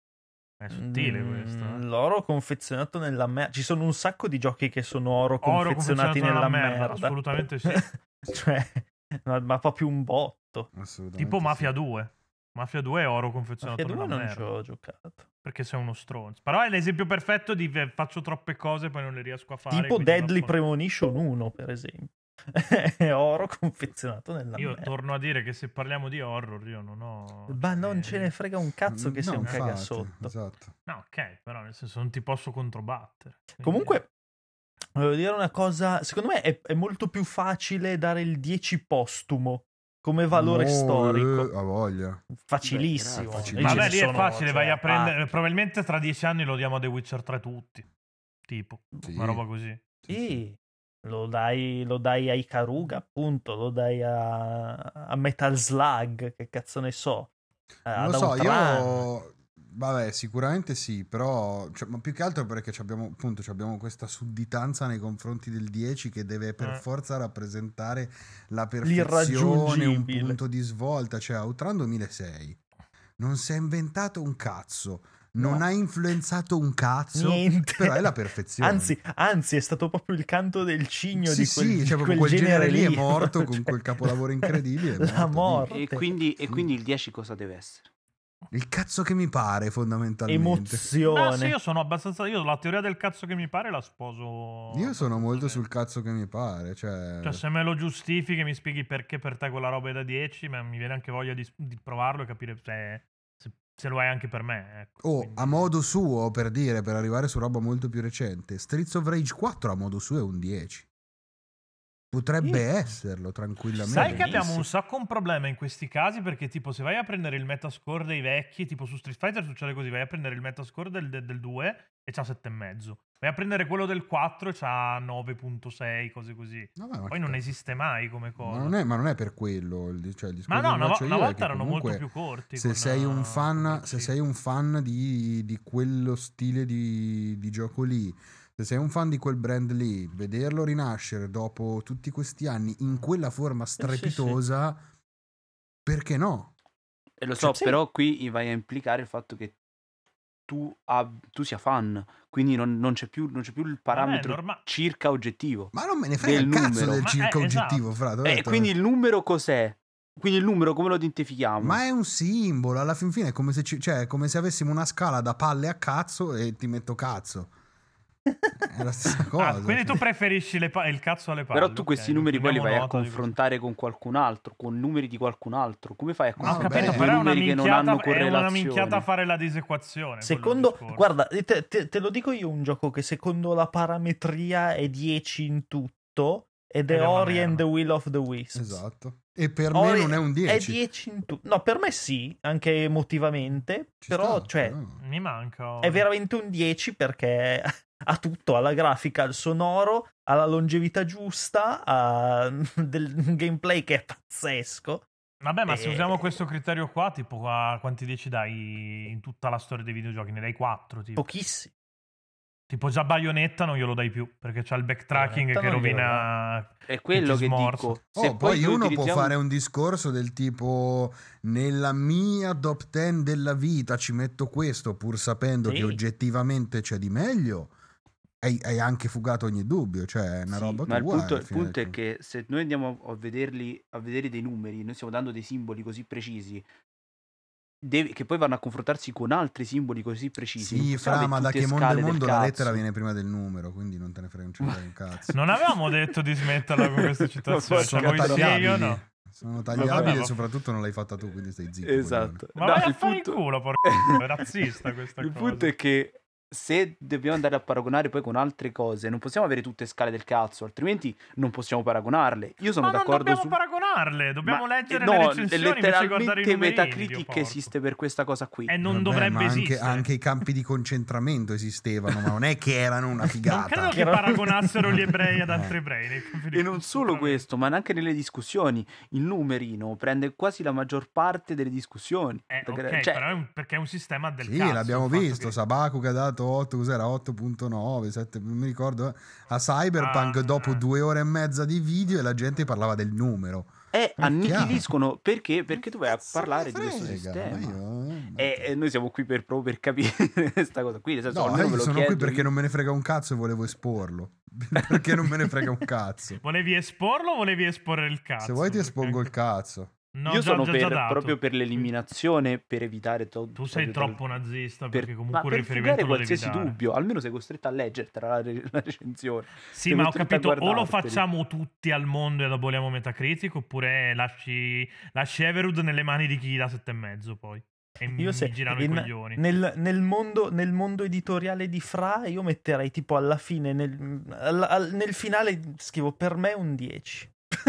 S1: È sottile questo.
S3: L'oro confezionato nella merda. Ci sono un sacco di giochi che sono oro
S1: Oro
S3: confezionati nella merda.
S1: assolutamente sì.
S3: Cioè, ma proprio un botto.
S4: Assolutamente.
S1: Tipo Mafia
S4: sì.
S1: 2. Mafia 2 è oro confezionato
S3: Mafia 2
S1: nella
S3: non ci
S1: merda.
S3: ho giocato.
S1: Perché sei uno stronzo. Però è l'esempio perfetto di faccio troppe cose e poi non le riesco a fare.
S3: Tipo
S1: quindi
S3: Deadly
S1: dopo-
S3: Premonition 1, per esempio. È oro confezionato nella
S1: Io
S3: merda.
S1: torno a dire che se parliamo di horror io non ho...
S3: Ma non ce ne frega un cazzo che
S4: No,
S3: sia un
S4: infatti,
S3: cagasotto.
S4: Esatto.
S1: No, ok, però nel senso non ti posso controbattere. Quindi-
S3: Comunque, volevo dire una cosa. Secondo me è molto più facile dare il 10 postumo come valore storico.
S4: Ha voglia.
S3: Facilissimo.
S2: Beh,
S4: facilissimo.
S3: Io
S1: Vabbè,
S3: ci
S1: lì è
S3: sono,
S1: facile,
S3: cioè,
S1: vai a prendere...
S3: patti.
S1: Probabilmente tra 10 anni lo diamo a The Witcher 3 tutti. Tipo,
S4: Sì.
S1: una roba così.
S3: Sì, lo dai a Ikaruga, appunto, lo dai a Metal Slug, che cazzo ne so.
S4: Non
S3: ad
S4: lo so,
S3: Outrun.
S4: io... Vabbè, sicuramente sì, però... Cioè, ma più che altro perché abbiamo questa sudditanza nei confronti del 10 che deve per forza rappresentare la perfezione, un
S3: L'irraggiungibile.
S4: punto di svolta. Cioè, Outrun 2006 non si è inventato un cazzo, non
S3: No.
S4: ha influenzato un cazzo,
S3: Niente.
S4: però è la perfezione.
S3: Anzi, è stato proprio il canto del cigno
S4: sì,
S3: di quel,
S4: sì,
S3: di
S4: cioè, proprio
S3: quel genere lì.
S4: è morto con
S3: Cioè,
S4: quel capolavoro incredibile. è
S3: La
S4: morto,
S3: morte.
S2: E quindi il 10 cosa deve essere?
S4: Il cazzo che mi pare, fondamentalmente.
S3: Emozione.
S1: Ma sì, io sono abbastanza... Io la teoria del cazzo che mi pare la sposo...
S4: Io sono
S1: abbastanza
S4: molto
S1: bene.
S4: sul cazzo che mi pare, cioè...
S1: Cioè, se me lo giustifichi, mi spieghi perché per te quella roba è da 10, ma mi viene anche voglia di provarlo e capire se lo è anche per me. Ecco.
S4: O
S1: Quindi-
S4: a modo suo, per dire, per arrivare su roba molto più recente, Streets of Rage 4 a modo suo è un 10. Potrebbe esserlo tranquillamente.
S1: Sai che
S3: benissimo.
S1: abbiamo un sacco un problema in questi casi perché tipo se vai a prendere il metascore dei vecchi, tipo su Street Fighter succede così, vai a prendere il metascore del 2 e c'ha 7,5. Vai a prendere quello del 4 e c'ha 9.6, cose così.
S4: Vabbè, ma
S1: Poi
S4: che
S1: non
S4: cazzo.
S1: esiste mai come cosa.
S4: Ma non è per quello, cioè il discorso
S1: Ma no,
S4: che faccio
S1: una
S4: io è
S1: volta
S4: che
S1: erano molto
S4: comunque
S1: più corti.
S4: se
S1: con,
S4: sei un
S1: con
S4: fan,
S1: il
S4: se
S1: sì.
S4: sei un fan di quello stile di gioco lì, se sei un fan di quel brand lì, vederlo rinascere dopo tutti questi anni in quella forma strepitosa, perché no?
S2: E lo so,
S3: Sì.
S2: però qui vai a implicare il fatto che tu sia fan, quindi non c'è più il parametro circa oggettivo.
S4: Ma non me ne frega
S2: Del
S4: il cazzo
S2: numero.
S4: del
S1: Ma
S4: circa oggettivo,
S1: esatto.
S4: frato.
S2: E quindi il numero cos'è? Quindi il numero come lo identifichiamo?
S4: Ma è un simbolo, alla fin fine è come se, cioè, è come se avessimo una scala da palle a cazzo e ti metto cazzo. È la stessa cosa.
S1: Quindi tu preferisci il cazzo alle palle.
S2: Però tu questi numeri poi li vai a
S1: nota di questo.
S2: confrontare con qualcun altro, con numeri di qualcun altro. Come fai a
S1: Ho
S2: confrontare
S1: capito,
S2: due
S1: però è una
S2: numeri che non hanno
S1: minchiata, è una
S2: correlazione?
S1: minchiata fare la disequazione.
S3: Secondo,
S1: quello è il discorso.
S3: guarda, te lo dico io un gioco che secondo la parametria è 10 in tutto ed è
S1: Ed è una
S3: Ori and
S1: merda.
S3: the Will of the Wisps.
S4: Esatto. E per me non è un 10.
S3: È 10 in tutto. No, per me sì, anche emotivamente,
S4: Ci
S3: però,
S4: sta,
S3: cioè,
S4: però.
S1: Mi manca.
S3: è veramente un 10 perché ha tutto, ha la grafica, il sonoro, ha la longevità giusta, ha del gameplay che è pazzesco.
S1: Vabbè, ma se usiamo questo criterio qua, tipo a quanti 10 dai in tutta la storia dei videogiochi? Ne dai 4, tipo.
S3: Pochissimi.
S1: Tipo già Bayonetta non glielo dai più, perché c'ha il backtracking
S3: Bayonetta
S1: che
S3: non glielo
S1: rovina...
S2: È quello
S1: ti
S2: che
S1: smorza.
S2: dico. Se
S4: Poi
S2: noi
S4: uno può
S2: utilizziamo-
S4: fare un discorso del tipo nella mia top 10 della vita ci metto questo pur sapendo
S3: Sì.
S4: che oggettivamente c'è di meglio. Hai anche fugato ogni dubbio, cioè è una
S2: Sì,
S4: roba
S2: ma
S4: tua.
S2: il
S4: alla fine
S2: punto è
S4: del
S2: che se noi andiamo a vedere dei numeri, noi stiamo dando dei simboli così precisi, che poi vanno a confrontarsi con altri simboli così precisi. non
S4: Sì,
S2: possiamo
S4: fra, ma
S2: avere
S4: da
S2: tutte
S4: che mondo è
S2: scale del
S4: mondo la lettera
S2: cazzo.
S4: viene prima del numero, quindi non te ne frega un cazzo.
S1: Non avevamo detto di smetterla con queste citazioni.
S2: Sono
S1: Cioè, voi sì,
S4: tagliabili.
S1: io no.
S4: Sono tagliabili
S1: vabbè,
S4: e soprattutto non l'hai fatta tu, quindi stai zitto.
S2: Esatto.
S1: Ma
S2: No,
S1: vai a
S2: il
S1: fare in
S2: punto-
S1: culo, porca. È razzista questa
S2: Il
S1: cosa.
S2: punto è che se dobbiamo andare a paragonare poi con altre cose, non possiamo avere tutte scale del cazzo, altrimenti non possiamo paragonarle. Io sono
S1: Ma non
S2: d'accordo
S1: dobbiamo
S2: su...
S1: paragonarle, dobbiamo
S2: Ma,
S1: leggere
S2: no,
S1: le recensioni invece di guardare i
S2: letteralmente
S1: numerini,
S2: Metacritic
S1: Dio porco.
S2: esiste per questa cosa qui.
S1: E non
S4: Vabbè,
S1: dovrebbe
S4: ma anche,
S1: esistere.
S4: anche i campi di concentramento esistevano, ma non è che erano una
S1: Non
S4: figata.
S1: credo che paragonassero gli ebrei ad altri ebrei. nei campi di
S2: E non solo
S1: concentramento.
S2: questo, ma anche nelle discussioni. Il numerino prende quasi la maggior parte delle discussioni.
S1: Ok,
S2: Cioè,
S1: però perché è un sistema del
S4: Sì,
S1: cazzo.
S4: l'abbiamo
S1: il fatto
S4: visto,
S1: che-
S4: Sabaku che ha dato 8, cos'era 8.9, 7, non mi ricordo, a Cyberpunk dopo 2 ore e mezza di video e la gente parlava del numero.
S2: annichiliscono perché tu vai a
S4: Cazzo
S2: parlare
S4: me
S2: di questo
S4: frega,
S2: sistema.
S4: io-
S2: E noi siamo qui proprio per capire questa cosa qui. Nel senso,
S4: No,
S2: almeno
S4: io
S2: me lo
S4: sono qui
S2: chiedo,
S4: perché non me ne frega un cazzo e volevo esporlo. Perché non me ne frega un cazzo.
S1: Volevi esporlo o volevi esporre il cazzo?
S4: Se vuoi ti
S1: Perché
S4: espongo il
S1: anche-
S4: cazzo.
S1: No,
S2: io
S1: già-
S2: sono
S1: già dato.
S2: proprio per l'eliminazione, per evitare
S1: Tu sei troppo nazista perché comunque
S2: ma
S1: il
S2: per
S1: riferimento
S2: fugare
S1: lo devi
S2: qualsiasi
S1: dare.
S2: dubbio, almeno sei costretto a leggertela la recensione.
S1: Sì,
S2: Sei
S1: ma ho
S2: costretto a
S1: capito, o lo
S2: guardarteli.
S1: facciamo tutti al mondo ed aboliamo Metacritic, oppure lasci Everwood nelle mani di chi gli dà 7,5 poi. E
S3: Io
S1: mi girano i coglioni.
S3: nel mondo editoriale di Fra io metterei tipo alla fine nel finale scrivo per me un 10.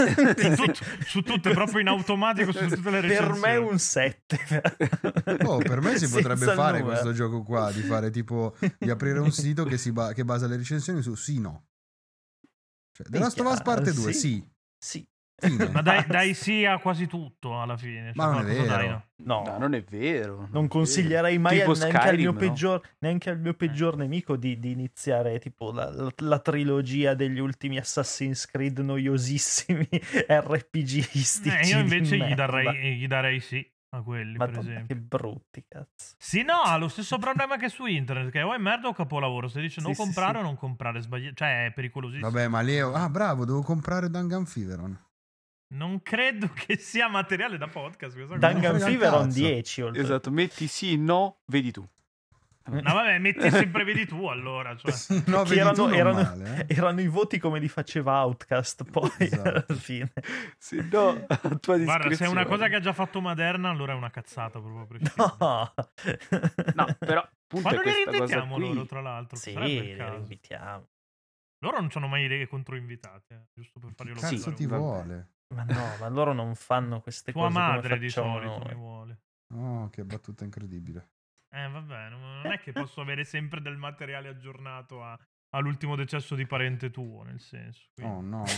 S1: Su tutte, proprio in automatico su tutte le
S3: Per
S1: recensioni.
S3: me un 7.
S4: Oh, per me si potrebbe
S3: Senza il
S4: fare
S3: numero.
S4: questo gioco qua, di fare tipo di aprire un sito che basa le recensioni su sì no. Cioè, The Last of Us parte 2, sì.
S3: Sì.
S4: Fine.
S1: Ma dai sì a quasi tutto alla fine.
S4: Ma non è
S1: cosa dai,
S4: vero.
S1: no?
S3: No,
S2: No, non è vero.
S3: non
S2: è
S3: consiglierei
S2: vero.
S3: mai
S2: Tipo
S3: neanche al mio
S2: Skyrim, no?
S3: neanche al mio peggior nemico di iniziare tipo la trilogia degli ultimi Assassin's Creed noiosissimi RPGistici.
S1: Io invece
S3: di
S1: gli
S3: merda.
S1: darei sì a quelli, per
S3: Madonna,
S1: esempio.
S3: che brutti, cazzo.
S1: Sì, no, ha lo stesso problema che su internet, che o è merda o capolavoro. Se dice non
S3: Sì,
S1: comprare
S3: sì.
S1: o non comprare, cioè è pericolosissimo.
S4: Vabbè, ma Leo, bravo, devo comprare Dangan Feveron.
S1: Non credo che sia materiale da podcast. questa cosa.
S3: Dangan
S4: frega il
S3: Fever un
S4: cazzo.
S3: 10. oltre.
S2: Esatto, metti sì, no, vedi tu.
S1: No, vabbè, metti sempre vedi tu allora. Cioè.
S4: No,
S3: Che
S4: vedi tu non male,
S3: erano i voti come li faceva Outcast poi
S4: Esatto.
S3: alla fine.
S2: Sì, no, a tua
S1: Guarda, se è una
S2: discrezione.
S1: cosa che ha già fatto Maderna, allora è una cazzata proprio a prescindere.
S3: No.
S2: No, però appunto
S1: Quando
S2: è
S1: li
S2: questa cosa
S1: reinventiamo
S2: qui.
S1: loro, tra l'altro?
S3: Sì,
S1: Sarebbe il
S3: li
S1: caso.
S3: invitiamo.
S1: Loro non ci hanno mai idee controinvitati, giusto per farglielo
S4: Cazzo
S1: pensare.
S4: ti
S2: vabbè.
S4: vuole?
S3: Ma no, ma loro non fanno queste
S1: Tua
S3: cose
S1: madre
S3: come
S1: di
S3: facciamo
S1: solito
S3: noi.
S1: mi vuole.
S4: Oh, che battuta incredibile.
S1: Vabbè, non è che posso avere sempre del materiale aggiornato all'ultimo decesso di parente tuo, nel senso. quindi-
S4: Oh no.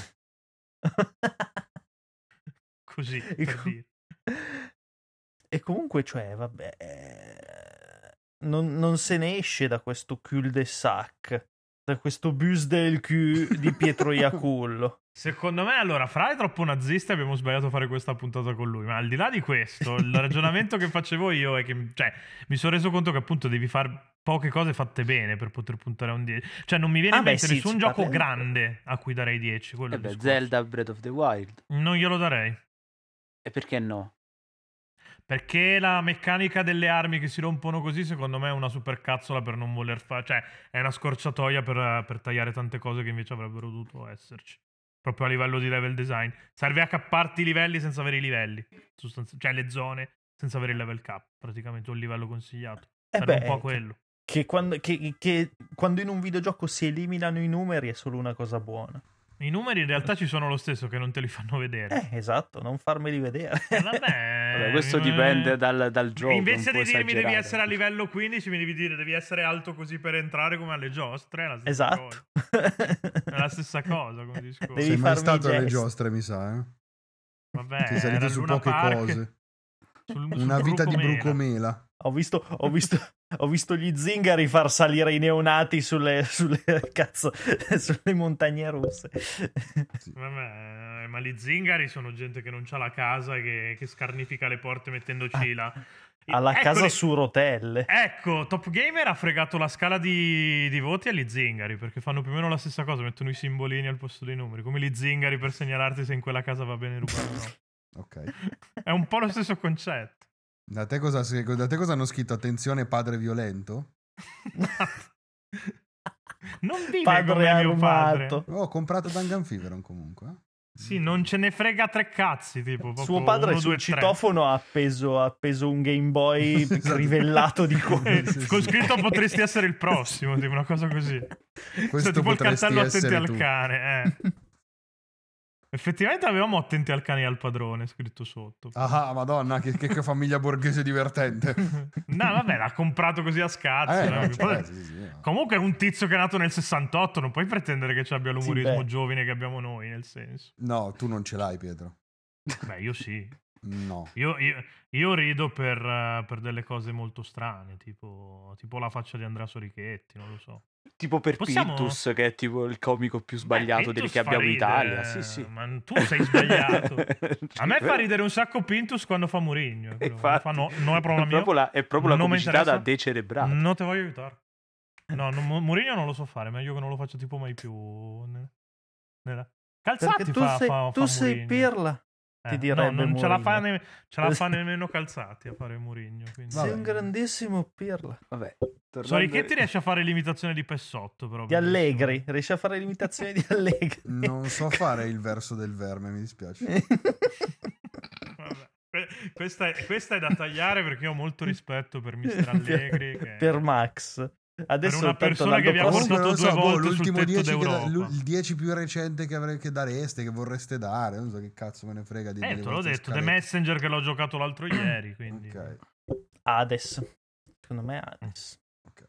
S1: Così,
S3: E
S1: per
S3: com-
S1: dire.
S3: E comunque, cioè, vabbè, non se ne esce da questo cul-de-sac, da questo bus del cul di Pietro Iacullo.
S1: Secondo me, allora, Fra è troppo nazista e abbiamo sbagliato a fare questa puntata con lui. Ma al di là di questo, il ragionamento che facevo io è che, cioè, mi sono reso conto che appunto devi fare poche cose fatte bene per poter puntare a un 10. Cioè, non mi viene in
S3: beh,
S1: mente
S3: sì,
S1: nessun
S3: ci
S1: gioco
S3: parliamo.
S1: grande a cui darei 10. Quello è il discorso.
S2: Zelda Breath of the Wild.
S1: Non glielo darei.
S2: E perché no?
S1: Perché la meccanica delle armi che si rompono così, secondo me, è una supercazzola per non voler fare. Cioè, è una scorciatoia per tagliare tante cose che invece avrebbero dovuto esserci. Proprio a livello di level design. Serve a capparti i livelli senza avere i livelli. Cioè, le zone senza avere il level cap. Praticamente, o il livello consigliato. Serve un po' quello.
S3: Che quando in un videogioco si eliminano i numeri è solo una cosa buona.
S1: I numeri in realtà ci sono lo stesso, che non te li fanno vedere.
S3: Esatto, non farmeli vedere.
S2: Vabbè, questo dipende dal gioco.
S1: Invece di dirmi devi
S2: esagerato.
S1: essere a livello 15, mi devi dire devi essere alto così per entrare come alle giostre. È la stessa
S3: Esatto.
S1: cosa. È la stessa cosa come discorso.
S3: Devi
S4: Sei mai
S3: farmi
S4: stato alle
S3: gesti.
S4: giostre, mi sa, eh?
S1: Vabbè,
S4: Ti sei
S1: era
S4: salito su
S1: Luna
S4: poche
S1: Park,
S4: cose.
S1: sul
S4: Una vita di
S1: Brucomela.
S4: brucomela.
S3: Ho visto gli zingari far salire i neonati sulle montagne russe.
S4: Sì.
S1: Vabbè, ma gli zingari sono gente che non c'ha la casa e che scarnifica le porte mettendoci la...
S3: Alla casa
S1: Eccoli.
S3: su rotelle.
S1: Ecco, Top Gamer ha fregato la scala di voti agli zingari, perché fanno più o meno la stessa cosa, mettono i simbolini al posto dei numeri, come gli zingari per segnalarti se in quella casa va bene rubare o no.
S4: Ok.
S1: È un po' lo stesso concetto.
S4: Da te cosa hanno scritto? Attenzione, padre violento?
S1: Non vive
S3: Padre
S1: come mio padre.
S3: armato.
S4: Oh, ho comprato Dangan Feveron comunque.
S1: Sì, non ce ne frega tre cazzi, tipo.
S3: Suo padre
S1: uno,
S3: sul
S1: 2, 3.
S3: citofono ha appeso un Game Boy
S4: Esatto.
S3: crivellato di cuore.
S1: Con scritto potresti essere il prossimo, tipo una cosa così.
S4: Questo
S1: tipo il
S4: potresti
S1: cartello attenti
S4: essere
S1: al
S4: tu.
S1: cane, Effettivamente avevamo attenti al cane e al padrone scritto sotto.
S4: Ah, madonna, che famiglia borghese divertente.
S1: No, vabbè, l'ha comprato così a scazzo.
S4: No,
S1: no?
S4: cioè, sì.
S1: Comunque è un tizio che è nato nel 68, non puoi pretendere che ci abbia l'umorismo
S3: beh.
S1: giovane che abbiamo noi, nel senso.
S4: No, tu non ce l'hai, Pietro.
S1: Beh, io sì.
S4: No.
S1: Io rido per delle cose molto strane, tipo la faccia di Andrea Sorichetti, non lo so.
S2: Tipo per
S1: Possiamo-
S2: Pintus, che è tipo il comico più sbagliato
S1: Pintus
S2: che abbiamo in
S1: fa
S2: Italia.
S1: ridere,
S2: Sì.
S1: Ma tu sei sbagliato. A me fa ridere un sacco Pintus quando fa Mourinho. però.
S2: Infatti,
S1: No, non è problema mio.
S2: è proprio la
S1: Non mi
S2: comicità da
S1: interessa.
S2: decerebrato.
S1: Non ti voglio aiutare. No, Mourinho non lo so fare, meglio che non lo faccio tipo mai più. Calzati
S3: Perché
S1: fa
S3: tu sei
S1: Mourinho.
S3: Pirla. Ti direbbe
S1: no, non ce la
S3: Mourinho.
S1: fa nemmeno Calzati a fare Mourinho. Quindi.
S3: Sei un grandissimo Pirla.
S2: Vabbè,
S1: Sorichetti riesce a fare l'imitazione di Pessotto, però.
S3: Di Allegri. Riesci a fare l'imitazione di Allegri.
S4: Non so fare il verso del verme, mi dispiace.
S1: Vabbè. Questa è da tagliare perché ho molto rispetto per Mr. Allegri. Che...
S3: Per Max. Adesso
S1: una
S3: tanto
S1: persona che vi ha
S3: l'anno prossimo-
S1: portato
S4: non
S1: due volte sul
S4: l'ultimo
S1: tetto
S4: 10
S1: d'Europa.
S4: il 10 più recente che dareste, che vorreste dare. Non so che cazzo me ne frega di
S1: Te l'ho
S4: vostre
S1: detto, The
S4: scalette.
S1: Messenger che l'ho giocato l'altro ieri, quindi...
S4: Ok.
S3: Hades. Secondo me Hades.
S4: Ok.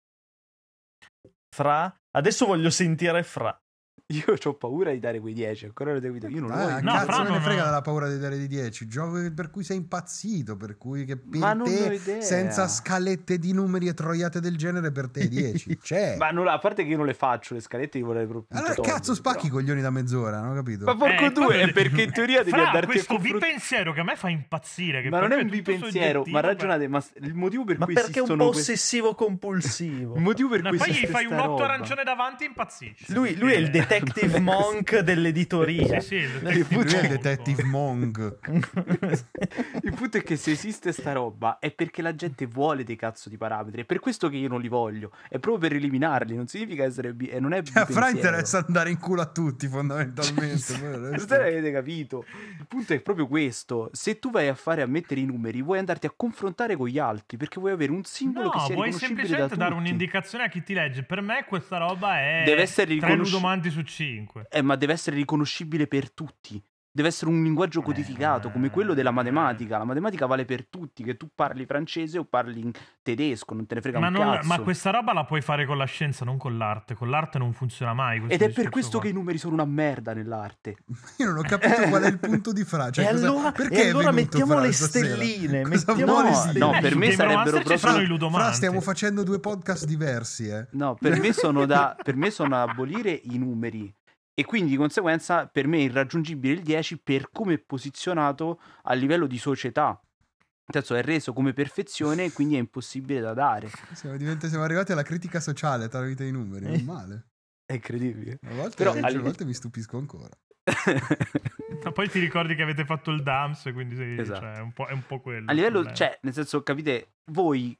S3: Fra. Adesso voglio sentire Fra.
S2: Io ho paura di dare quei 10, ancora lo devo dire. Io non lo voglio.
S1: No,
S4: cazzo
S1: Fra
S4: me ne
S1: non-
S4: frega della paura di dare di 10. Gioco per cui sei impazzito, per cui che per
S2: Ma non ho
S4: te
S2: idea.
S4: senza scalette di numeri e troiate del genere per te 10. C'è.
S2: Ma a parte che io non le faccio le scalette, io vorrei proprio.
S4: Allora cazzo spacchi i coglioni da mezz'ora, non ho capito.
S2: Ma porco due,
S1: proprio-
S2: è perché in teoria devi
S1: Fra,
S2: andarti a
S1: questo
S2: confrontare.
S1: bipensiero che a me fa impazzire. Che
S2: Ma non
S1: per
S2: è
S1: me
S2: un
S1: tutto
S2: bipensiero,
S1: soggettivo,
S2: ma ragionate, ma il motivo per
S3: Ma
S2: cui
S3: perché è un
S2: esistono
S3: po'
S2: questi-
S3: ossessivo compulsivo.
S2: Il motivo per
S1: No,
S2: cui
S1: poi gli
S2: esiste
S1: fai un
S2: sta
S1: 8
S2: roba.
S1: arancione davanti e impazzisci.
S3: Lui è il detective monk dell'editoria.
S1: Sì, sì, il
S4: Lui è il
S1: detective
S4: detective Mong.
S2: Il punto è che se esiste sta roba è perché la gente vuole dei cazzo di parametri. È per questo che io non li voglio. È proprio per eliminarli. Non significa essere. Non è
S4: Cioè, a Fra
S2: bipensiero.
S4: interessa andare in culo a tutti, fondamentalmente. Poi il
S2: Non
S4: resto-
S2: so se avete capito. Il punto è proprio questo. Se tu vai a mettere i numeri, vuoi andarti a confrontare con gli altri perché vuoi avere un simbolo che
S1: No,
S2: sia
S1: vuoi
S2: riconoscibile
S1: semplicemente
S2: da
S1: dare
S2: tutti.
S1: un'indicazione a chi ti legge. Per me questa roba è
S2: Deve essere
S1: 3
S2: riconosci-
S1: ludomanti su 5.
S2: Ma deve essere riconoscibile per tutti. Deve essere un linguaggio codificato come quello della matematica. La matematica vale per tutti, che tu parli francese o parli in tedesco, non te ne frega un cazzo.
S1: Ma questa roba la puoi fare con la scienza, non con l'arte. Con l'arte non funziona mai. questo
S2: Ed è per
S1: discorso
S2: questo
S1: qua.
S2: che i numeri sono una merda nell'arte.
S4: Io non ho capito qual è il punto di Fra. Cioè,
S3: E
S4: cosa-
S3: allora-
S4: perché
S3: e
S4: è
S3: allora
S4: venuto
S3: mettiamo
S4: Fra
S3: le
S4: stasera?
S3: stelline,
S4: Cosa
S3: mettiamo-
S4: vuole
S2: No,
S4: stelline?
S2: no, per me
S1: Game
S2: sarebbero
S1: Master ci
S2: proprio-
S1: sono i
S4: Fra,
S1: ludomanti.
S4: stiamo facendo 2 podcast diversi, eh.
S2: No, per me sono da abolire i numeri. E quindi di conseguenza per me è irraggiungibile il 10 per come è posizionato a livello di società. Nel senso è reso come perfezione e quindi è impossibile da dare.
S4: Siamo arrivati alla critica sociale tramite i numeri, non male.
S2: È incredibile.
S4: A volte,
S2: Però
S4: a volte mi stupisco ancora.
S1: Ma poi ti ricordi che avete fatto il DAMS, quindi
S2: Esatto.
S1: cioè, è un po' quello.
S2: A
S1: il
S2: livello,
S1: problema.
S2: cioè, nel senso, capite, voi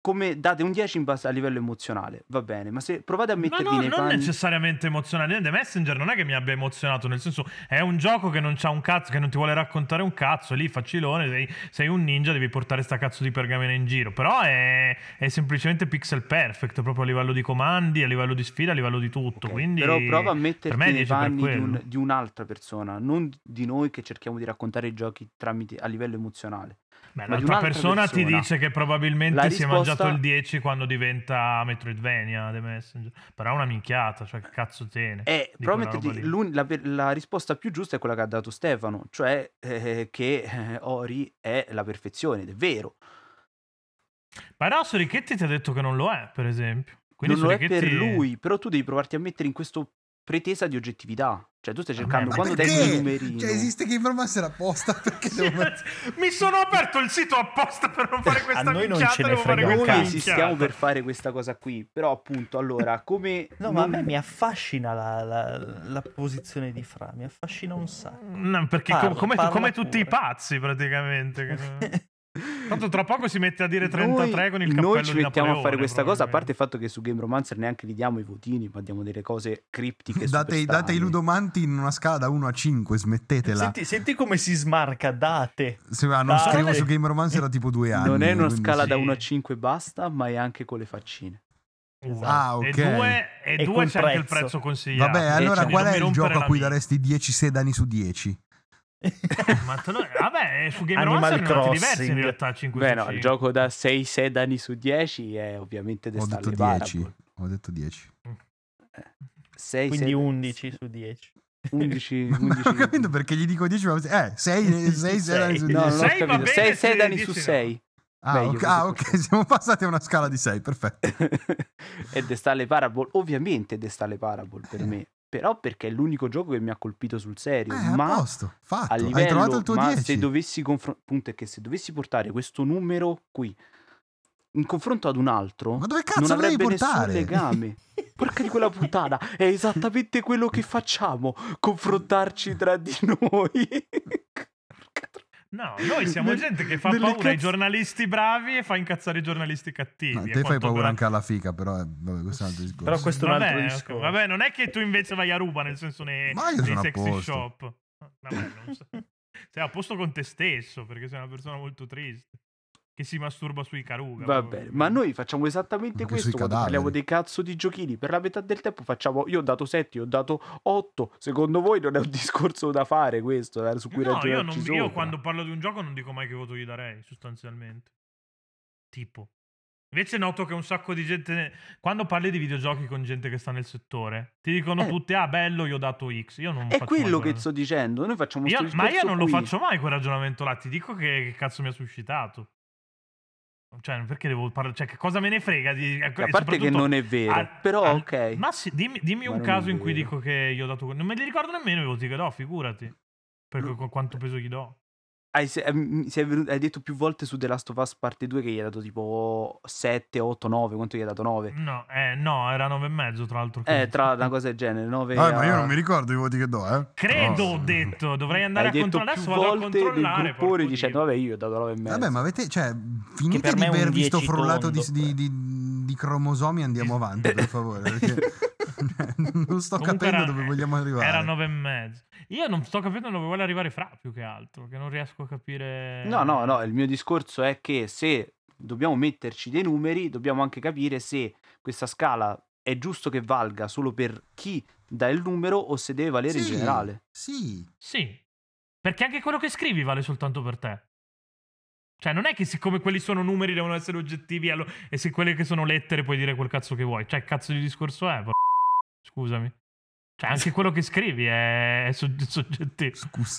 S2: come date un 10 in base a livello emozionale, va bene, ma se provate a mettervi nei
S1: non
S2: panni...
S1: necessariamente emozionale. The Messenger non è che mi abbia emozionato, nel senso è un gioco che non c'ha un cazzo, che non ti vuole raccontare un cazzo, lì facilone, sei un ninja, devi portare sta cazzo di pergamena in giro, però è semplicemente pixel perfect, proprio a livello di comandi, a livello di sfida, a livello di tutto,
S2: Ok,
S1: quindi
S2: però prova a
S1: per
S2: metterti
S1: me è
S2: nei
S1: 10 per
S2: panni
S1: quello.
S2: di un'altra persona, non di noi che cerchiamo di raccontare i giochi tramite a livello emozionale.
S1: Beh,
S2: Ma di
S1: l'altra
S2: un'altra
S1: persona ti
S2: persona.
S1: dice che
S2: La
S1: probabilmente si è mangiato
S2: risposta-
S1: il 10 quando diventa Metroidvania The Messenger, però è una minchiata, cioè che cazzo tiene di
S2: Prova a
S1: quella roba
S2: metterti
S1: lì.
S2: la risposta più giusta è quella che ha dato Stefano, cioè che Ori è la perfezione, ed è vero.
S1: Però Sorichetti ti ha detto che non lo è, per esempio. Quindi
S2: Non lo è per
S1: Sorichetti...
S2: lui, però tu devi provarti a mettere in questo pretesa di oggettività. Cioè tu stai cercando,
S1: ma
S2: quando dai
S4: Perché?
S2: quel numerino...
S4: Cioè, esiste Game Master apposta perché
S1: Sì,
S4: devo mettere...
S1: mi sono aperto il sito apposta per non fare questa
S3: noi non
S1: minchiata,
S3: ce ne
S1: devo fare
S3: frega un
S1: questa
S2: Noi
S3: cazzo.
S2: esistiamo
S1: minchiata.
S2: per fare questa cosa qui, però appunto, allora, come...
S3: No, ma a me mi affascina la posizione di Fra, mi affascina un sacco.
S1: No, perché
S3: Parla
S1: come tutti i
S3: pure.
S1: pazzi, praticamente. Tanto tra poco si mette a dire 33 con il cappello
S2: Noi ci
S1: di
S2: mettiamo a fare
S1: Napoleone,
S2: questa cosa, a parte
S1: probabilmente.
S2: il fatto che su Game Romancer neanche gli diamo i votini, ma diamo delle cose criptiche.
S4: Date
S2: super
S4: i
S2: strane.
S4: ludomanti in una scala da 1 a 5, smettetela.
S3: Senti come si smarca, date.
S4: Se, non
S3: Date.
S4: scrivo su Game Romancer da tipo 2 anni.
S2: Non è una
S4: quindi
S2: scala
S4: sì.
S2: da
S1: sì.
S2: 1 a 5 basta, ma è anche con le faccine.
S3: Esatto.
S4: Ah, ok.
S1: E
S3: E
S1: due
S3: col
S1: c'è anche il
S3: prezzo.
S1: prezzo consigliato.
S4: Vabbè, allora
S2: cioè,
S4: qual
S1: non
S4: è
S1: mi
S4: il gioco
S1: rompere
S4: a cui
S1: la
S4: daresti 10 sedani su 10?
S1: Vabbè, su Game
S3: Animal
S1: Romancer ne ho diversi
S3: Crossing.
S1: in realtà, 5
S2: Beh,
S1: su
S2: no,
S1: 5.
S2: il gioco da 6 sedani su 10 è ovviamente The
S4: Ho detto
S2: Stanley
S4: 10.
S2: Parable.
S4: Ho detto 10.
S2: 6
S3: Quindi 11 su 10.
S2: 11,
S4: Ma
S2: 11.
S4: ho capito perché gli dico 10, ma 6 sedani su 10.
S2: No, non ho
S1: Sei va
S2: capito.
S1: bene,
S2: 6
S1: se
S2: sedani
S1: 10
S2: su
S1: no.
S2: 6.
S4: Ah,
S2: Meglio
S4: ok,
S2: così,
S4: ok,
S2: perfetto.
S4: siamo passati a una scala di 6, perfetto.
S2: E The Stanley Parable, ovviamente The Stanley Parable per me, però perché è l'unico gioco che mi ha colpito sul serio,
S4: A
S2: ma
S4: posto, fatto.
S2: a
S4: Hai
S2: livello,
S4: trovato il tuo
S2: ma
S4: 10.
S2: se dovessi punto è che se dovessi portare questo numero qui in confronto ad un altro,
S4: Ma dove cazzo
S2: non
S4: lo devi
S2: avrebbe nessun
S4: portare?
S2: legame. Porca di quella puttana, è esattamente quello che facciamo, confrontarci tra di noi.
S1: No, noi siamo gente che fa
S2: nelle
S1: paura ai
S2: cazzo-
S1: giornalisti bravi e fa incazzare i giornalisti cattivi.
S4: No,
S1: è
S4: te fai
S1: quanto
S4: paura
S1: dura-
S4: anche alla fica, però vabbè, questo è un altro discorso.
S3: Però questo è un altro
S1: Vabbè,
S3: discorso.
S1: vabbè, non è che tu invece vai a ruba, nel senso
S4: Ma io
S1: nei
S4: sono a
S1: sexy
S4: posto.
S1: shop. Vabbè, non so. Sei a posto con te stesso, perché sei una persona molto triste. Che si masturba sui Karuga.
S2: Va bene, ma noi facciamo esattamente
S4: Anche
S2: questo
S4: sui
S2: quando
S4: cadaveri.
S2: parliamo dei cazzo di giochini. Per la metà del tempo facciamo. Io ho dato 7, io ho dato 8. Secondo voi non è un discorso da fare questo, su cui
S1: No,
S2: ragionarci
S1: io
S2: sopra?
S1: quando parlo di un gioco non dico mai che voto gli darei, sostanzialmente. Tipo. Invece noto che un sacco di gente, quando parli di videogiochi con gente che sta nel settore, ti dicono tutti, ah bello, io ho dato X. Io non
S2: È
S1: faccio
S2: quello
S1: mai
S2: che
S1: quella-
S2: sto dicendo. Noi facciamo sto
S1: Ma io
S2: discorso
S1: non lo
S2: qui.
S1: faccio mai quel ragionamento là, ti dico che cazzo mi ha suscitato. Cioè, perché devo parlare? Cioè, che cosa me ne frega di...
S2: A parte che non è vero, però ok.
S1: Ma sì, dimmi
S2: Ma
S1: un
S2: non
S1: caso
S2: è
S1: in cui
S2: vero.
S1: dico che io ho dato... Non me li ricordo nemmeno i voti che do, figurati. Perché quanto peso gli do.
S2: Hai detto più volte su The Last of Us parte 2 che gli hai dato tipo 7, 8, 9. Quanto gli hai dato 9?
S1: No, era 9,5 tra l'altro. credo.
S2: Tra una cosa del genere, 9
S4: Ma io non mi ricordo i voti che do,
S1: Credo,
S4: No.
S1: ho detto, dovrei andare
S2: Hai
S1: a
S2: detto
S1: controllare.
S2: più
S1: Adesso vado a
S2: volte nel
S1: controllare.
S2: gruppone
S1: porco
S2: dicendo
S1: Dio.
S2: vabbè io ho dato 9 e mezzo.
S4: Vabbè, ma avete, cioè, finite
S3: per
S4: di
S3: me è un
S4: aver visto
S3: 10
S4: frullato
S3: tondo,
S4: di cromosomi, andiamo avanti, per favore. Perché non sto
S1: Comunque
S4: capendo dove vogliamo arrivare.
S1: Era 9,5. Io non sto capendo dove vuole arrivare Fra, più che altro, che non riesco a capire.
S2: No, il mio discorso è che se dobbiamo metterci dei numeri, dobbiamo anche capire se questa scala è giusto che valga solo per chi dà il numero o se deve valere in generale.
S4: Sì.
S1: Sì, perché anche quello che scrivi vale soltanto per te. Cioè, non è che siccome quelli sono numeri devono essere oggettivi e se quelle che sono lettere puoi dire quel cazzo che vuoi. Cioè, cazzo di discorso è? Scusami. Cioè, anche quello che scrivi è soggettivo.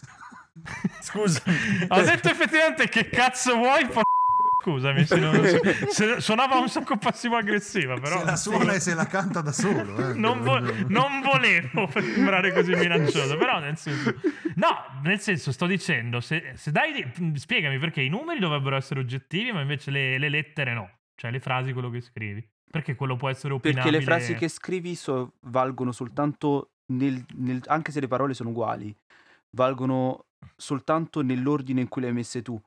S4: Scusa.
S1: Ho detto effettivamente che cazzo vuoi, scusami, se suonava un sacco passivo-aggressiva, però...
S4: Se la suona e se la canta da solo.
S1: Non volevo sembrare così minaccioso, però nel senso... No, nel senso, sto dicendo, se dai... Spiegami perché i numeri dovrebbero essere oggettivi, ma invece le lettere no. Cioè, le frasi, quello che scrivi. Perché quello può essere opinabile...
S2: Perché le frasi che scrivi valgono soltanto anche se le parole sono uguali, valgono soltanto nell'ordine in cui le hai messe tu.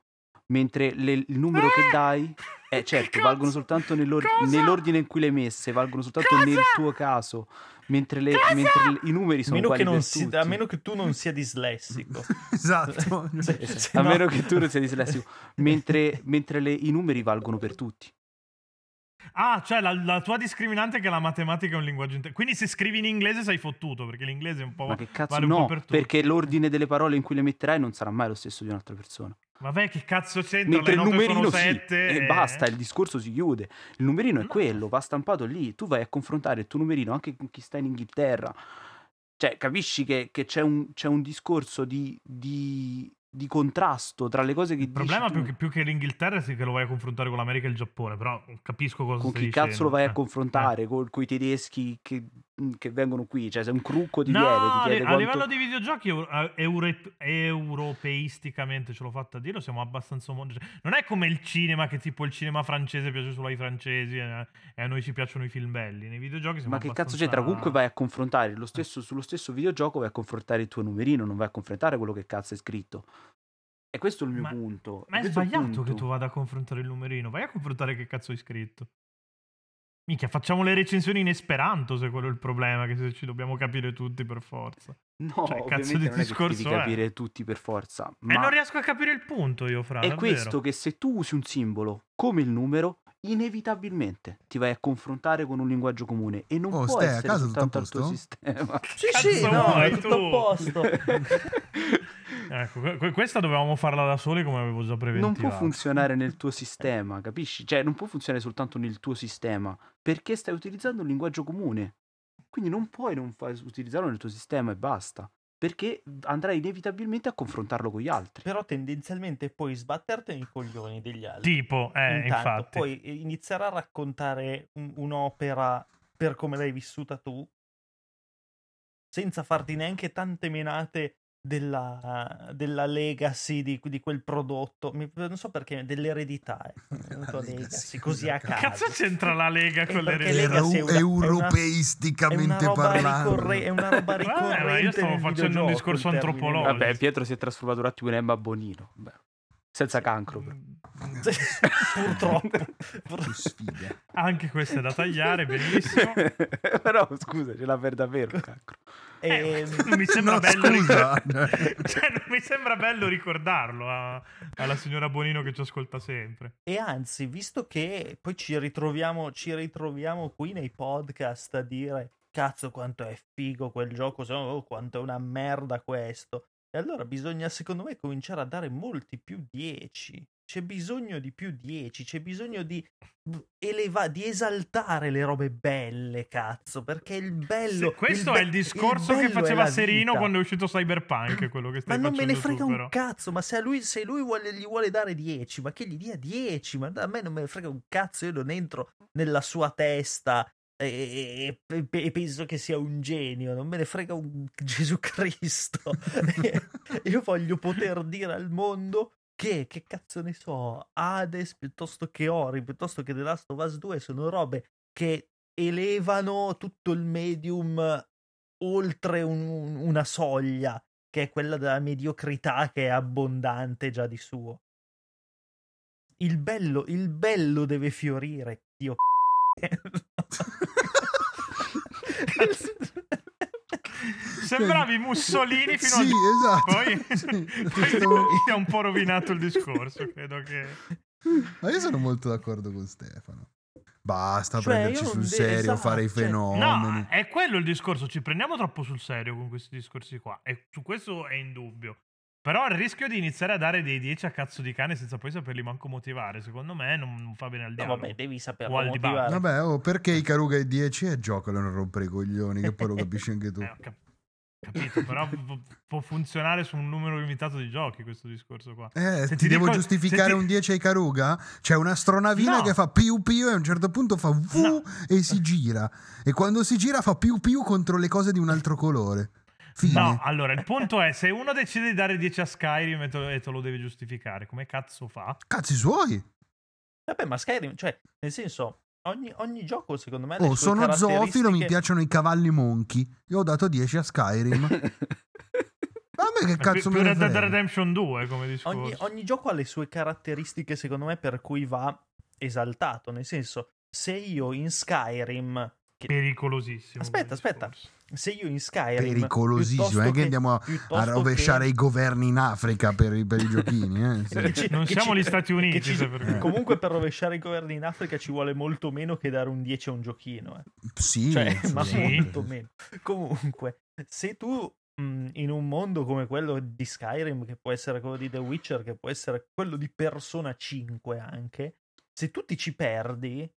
S2: mentre il numero che dai, certo,
S1: Che
S2: valgono
S1: cazzo?
S2: soltanto
S1: Cosa?
S2: nell'ordine in cui le hai messe, valgono soltanto nel tuo caso, mentre i numeri sono uguali per tutti.
S3: A meno che tu non sia dislessico.
S4: Esatto.
S2: A meno che tu non sia dislessico, mentre i numeri valgono per tutti.
S1: Ah, cioè la tua discriminante è che la matematica è un linguaggio quindi se scrivi in inglese sei fottuto, perché l'inglese è un po'...
S2: Ma che cazzo,
S1: vale un po'
S2: no,
S1: per tutti.
S2: perché l'ordine delle parole in cui le metterai non sarà mai lo stesso di un'altra persona.
S1: Vabbè, che cazzo c'entra?
S2: Mentre
S1: Le
S2: il
S1: note
S2: numerino
S1: sono
S2: sì,
S1: 7
S2: e basta, il discorso si chiude. Il numerino è
S1: No.
S2: quello, va stampato lì. Tu vai a confrontare il tuo numerino anche con chi sta in Inghilterra. Cioè, capisci che c'è un discorso di contrasto tra le cose che
S1: Il problema
S2: dici tu.
S1: più che l'Inghilterra è che lo vai a confrontare con l'America e il Giappone, però capisco cosa
S2: Con
S1: stai
S2: chi
S1: dicendo.
S2: cazzo lo vai a confrontare? Con i tedeschi che vengono qui? Cioè, se un crucco ti
S1: No,
S2: chiede
S1: a
S2: quanto...
S1: livello di videogiochi europeisticamente ce l'ho fatta a dirlo, siamo abbastanza omogeni. Non è come il cinema, che tipo il cinema francese piace solo ai francesi e a noi ci piacciono i film belli. Nei videogiochi siamo
S2: Ma che cazzo
S1: abbastanza...
S2: c'entra? Comunque vai a confrontare sullo stesso videogioco, vai a confrontare il tuo numerino, non vai a confrontare quello che cazzo è scritto. E questo è il mio punto.
S1: Ma è
S2: Questo il
S1: sbagliato
S2: punto.
S1: che tu vada a confrontare il numerino. Vai a confrontare che cazzo hai scritto. Minchia, facciamo le recensioni in Esperanto, se quello è il problema, che se ci dobbiamo capire tutti per forza.
S2: No,
S1: Cioè,
S2: ovviamente
S1: cazzo di
S2: non è che
S1: discorso
S2: devi
S1: è?
S2: capire tutti per forza.
S1: E
S2: Ma
S1: non riesco a capire il punto io, Fra,
S2: è
S1: davvero.
S2: questo che se tu usi un simbolo come il numero, inevitabilmente ti vai a confrontare con un linguaggio comune e non
S4: Oh,
S2: può
S4: stai a
S2: essere
S4: casa, tutto a
S2: soltanto al tuo
S4: posto?
S2: sistema.
S3: Sì,
S1: Cazzo
S3: no,
S1: vuoi
S3: è tutto
S1: tu?
S3: a posto.
S1: Ecco, questa dovevamo farla da soli, come avevo già preventivato.
S2: Non può funzionare nel tuo sistema, capisci? Cioè, non può funzionare soltanto nel tuo sistema, perché stai utilizzando un linguaggio comune. Quindi non puoi non utilizzarlo nel tuo sistema e basta, perché andrai inevitabilmente a confrontarlo con gli altri.
S3: Però tendenzialmente puoi sbatterti nei coglioni degli altri.
S1: Tipo,
S3: Intanto,
S1: infatti.
S3: poi iniziare a raccontare un'opera per come l'hai vissuta tu, senza farti neanche tante menate della legacy di quel prodotto. Non so perché, dell'eredità.
S4: La
S3: legacy,
S4: legacy,
S3: così a
S1: Che
S3: caso.
S1: cazzo c'entra la Lega con le
S3: perché
S1: redini?
S3: Legacy è una-
S4: Europeisticamente parlando.
S3: È una roba ricorrente.
S1: ma io stavo
S3: nel
S1: facendo un
S3: videogioco,
S1: discorso
S3: il termine
S1: antropologico.
S2: Vabbè, Pietro si è trasformato un attimo in Emma Bonino. Beh, senza cancro. però.
S3: Purtroppo.
S4: Che sfiga.
S1: Anche questa è da tagliare, benissimo.
S2: Però scusa, ce l'ha per davvero il cancro.
S1: Non mi sembra
S4: No,
S1: bello
S4: scusa.
S1: cioè, non mi sembra bello ricordarlo alla signora Bonino che ci ascolta sempre.
S3: E anzi, visto che poi ci ritroviamo qui nei podcast a dire cazzo quanto è figo quel gioco, se no quanto è una merda questo. E allora bisogna, secondo me, cominciare a dare molti più 10. C'è bisogno di più 10, c'è bisogno di esaltare le robe belle, cazzo, perché il bello...
S1: Questo è il discorso che faceva Serino quando è uscito Cyberpunk, quello che
S3: Ma
S1: stai
S3: non me ne
S1: facendo
S3: frega
S1: tu,
S3: un
S1: però.
S3: cazzo, ma se lui gli vuole dare 10, ma che gli dia 10, ma a me non me ne frega un cazzo, io non entro nella sua testa e penso che sia un genio, non me ne frega un Gesù Cristo. Io voglio poter dire al mondo che cazzo ne so, Hades piuttosto che Ori, piuttosto che The Last of Us 2 sono robe che elevano tutto il medium oltre una soglia, che è quella della mediocrità, che è abbondante già di suo. Il bello deve fiorire, Dio.
S1: Sembravi Mussolini fino
S4: Sì, esatto.
S1: poi
S4: Sì,
S1: ti ha un po' rovinato il discorso, credo che...
S4: Ma io sono molto d'accordo con Stefano. Basta
S3: Cioè,
S4: prenderci
S3: io
S4: sul
S3: non
S4: serio,
S3: esatto,
S4: fare i
S3: cioè-
S4: fenomeni.
S1: No, è quello il discorso, ci prendiamo troppo sul serio con questi discorsi qua, e su questo è indubbio. Però il rischio di iniziare a dare dei 10 a cazzo di cane senza poi saperli manco motivare, secondo me non fa bene al
S3: No,
S1: dialogo.
S3: vabbè, devi saperlo
S1: O al
S3: motivare.
S4: Vabbè, perché i Caruga e 10 e giocano a non rompere i coglioni, che poi lo capisci anche tu.
S1: Ho capito, però può funzionare su un numero limitato di giochi questo discorso qua. Se
S4: Ti devo
S1: dico-
S4: giustificare
S1: se ti-
S4: un 10 ai Caruga? C'è un'astronavina
S1: No.
S4: che fa piu piu e a un certo punto fa vu
S1: No.
S4: e si gira. E quando si gira fa piu piu contro le cose di un altro colore. Fine.
S1: No, allora il punto è, se uno decide di dare 10 a Skyrim e te lo deve giustificare, come cazzo fa?
S4: Cazzi suoi.
S3: Vabbè, ma Skyrim, cioè, nel senso, ogni gioco secondo me ha le
S4: Oh,
S3: sue
S4: sono zoofilo, mi
S3: caratteristiche.
S4: piacciono i cavalli monchi. Io ho dato 10 a Skyrim. Va me che cazzo me ne
S1: Red Dead
S4: frega.
S1: Redemption 2 come discorso.
S3: Ogni gioco ha le sue caratteristiche, secondo me, per cui va esaltato. Nel senso, se io in Skyrim...
S1: Pericolosissimo.
S3: Aspetta. Se io in Skyrim...
S4: Pericolosissimo, è che andiamo a rovesciare i governi in Africa per i giochini. Sì.
S1: Non siamo gli Stati Uniti.
S3: Comunque per rovesciare i governi in Africa ci vuole molto meno che dare un 10 a un giochino.
S4: Sì,
S3: cioè, ma
S1: sì.
S3: molto meno. Comunque, se tu in un mondo come quello di Skyrim, che può essere quello di The Witcher, che può essere quello di Persona 5 anche, se tu ti ci perdi...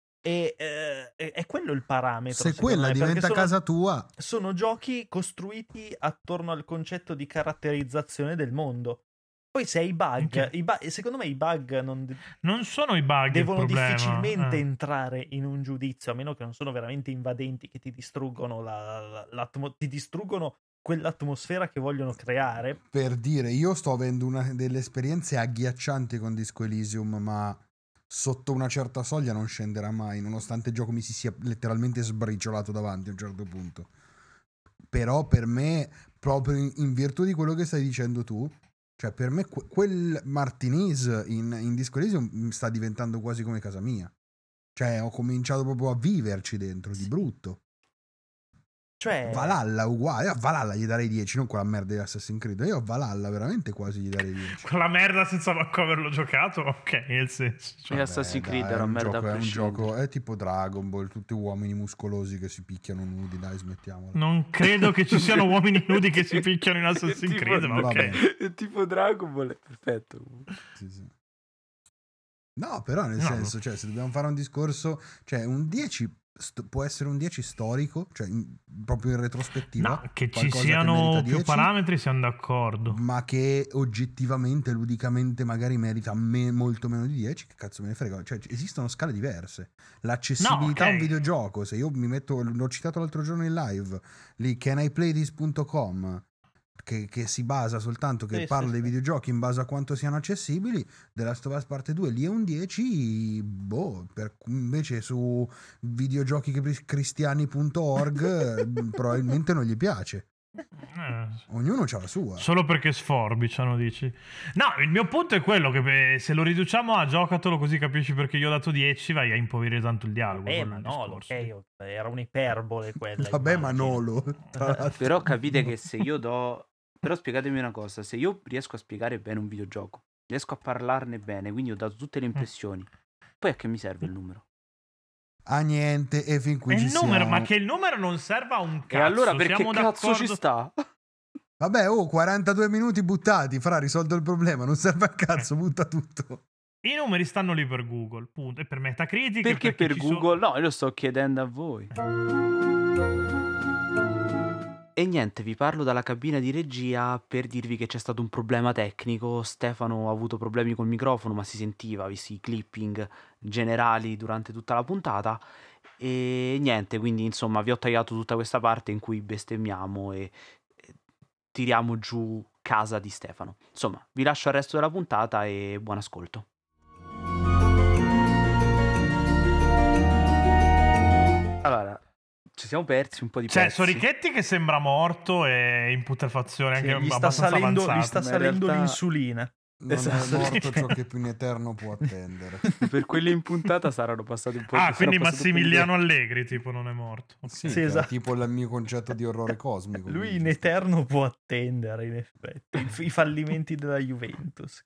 S3: è quello il parametro.
S4: Se quella diventa casa tua,
S3: sono giochi costruiti attorno al concetto di caratterizzazione del mondo. Poi se hai bug, secondo me i bug
S1: non sono i bug
S3: devono
S1: il problema.
S3: difficilmente entrare in un giudizio, a meno che non sono veramente invadenti che ti distruggono ti distruggono quell'atmosfera che vogliono creare.
S4: per dire, io sto avendo delle esperienze agghiaccianti con Disco Elysium, ma sotto una certa soglia non scenderà mai, nonostante il gioco mi si sia letteralmente sbriciolato davanti a un certo punto. Però per me, proprio in virtù di quello che stai dicendo tu, cioè per me quel Martinez in Disco Elysium sta diventando quasi come casa mia. Cioè ho cominciato proprio a viverci dentro, di brutto.
S3: Cioè,
S4: Valhalla uguale, a Valhalla gli darei 10, non quella merda di Assassin's Creed. Io a Valhalla veramente quasi gli darei 10.
S1: Quella merda senza manco averlo giocato, ok, nel senso.
S2: E Assassin's Creed era una merda.
S4: È un gioco, è tipo Dragon Ball, tutti uomini muscolosi che si picchiano nudi, dai, smettiamola.
S1: Non credo che ci siano uomini nudi che si picchiano in Assassin's
S2: Tipo-
S1: Creed, ma ok.
S2: È tipo Dragon Ball, è perfetto.
S4: Sì. No, però nel
S1: No.
S4: senso, cioè, se dobbiamo fare un discorso, cioè un 10 può essere un 10 storico, cioè proprio in retrospettiva.
S1: No, che ci
S4: qualcosa
S1: siano
S4: merita
S1: più
S4: 10,
S1: parametri siamo d'accordo.
S4: ma che oggettivamente, ludicamente magari merita molto meno di 10, che cazzo me ne frega, cioè esistono scale diverse. L'accessibilità
S1: No, ok.
S4: a un videogioco, se io mi metto, l'ho citato l'altro giorno in live, lì caniplaythis.com, che si basa soltanto, che
S3: Sì,
S4: parla
S3: sì,
S4: dei
S3: sì.
S4: videogiochi in base a quanto siano accessibili. The Last of Us Parte 2 lì è un 10, invece su videogiochicristiani.org probabilmente non gli piace. Ognuno c'ha la sua.
S1: Solo perché sforbiciano, dici? No, il mio punto è quello che se lo riduciamo a giocatelo così capisci perché io ho dato 10, vai a impoverire tanto il dialogo.
S3: ma
S1: quello è il
S3: no,
S1: discorso.
S3: ok, era un'iperbole quella.
S4: Vabbè,
S3: immagino.
S4: Manolo.
S2: Però capite che se io do... Però spiegatemi una cosa, se io riesco a spiegare bene un videogioco, riesco a parlarne bene, quindi ho dato tutte le impressioni, poi a che mi serve il numero?
S4: Ah, niente, e fin qui
S1: È
S4: ci
S1: il numero,
S4: siamo.
S1: ma che il numero non serve a un cazzo.
S2: E allora perché
S1: siamo
S2: cazzo ci
S1: d'accordo?
S2: sta?
S4: Vabbè, 42 minuti buttati, farà risolto il problema, non serve a cazzo, butta tutto.
S1: I numeri stanno lì per Google, punto. E per Metacritic.
S2: Perché per
S1: ci
S2: Google? No, io lo sto chiedendo a voi. E niente, vi parlo dalla cabina di regia per dirvi che c'è stato un problema tecnico. Stefano ha avuto problemi col microfono, ma si sentiva, visti i clipping generali durante tutta la puntata. E niente, quindi insomma vi ho tagliato tutta questa parte in cui bestemmiamo e tiriamo giù casa di Stefano. Insomma, vi lascio al resto della puntata e buon ascolto. Allora, ci siamo persi un po' di
S1: Cioè,
S2: pezzi.
S1: Sorichetti che sembra morto e in putrefazione
S3: Sì,
S1: anche
S3: gli sta
S1: abbastanza
S3: salendo,
S1: avanzata.
S3: gli sta
S2: Ma in
S3: salendo
S2: realtà-
S3: l'insulina.
S4: Non
S2: Esatto.
S4: è morto ciò che più in eterno può attendere.
S2: Per quelli in puntata saranno passati un po'.
S1: Ah,
S2: sarà
S1: quindi
S2: passato un po' di
S1: Massimiliano Allegri, tipo, non è morto. Ok.
S4: Sì,
S3: Sì,
S4: che è
S3: esatto.
S4: tipo il mio concetto di orrore cosmico.
S3: Lui
S4: quindi
S3: in
S4: ci sta.
S3: eterno può attendere, in effetti, i fallimenti della Juventus.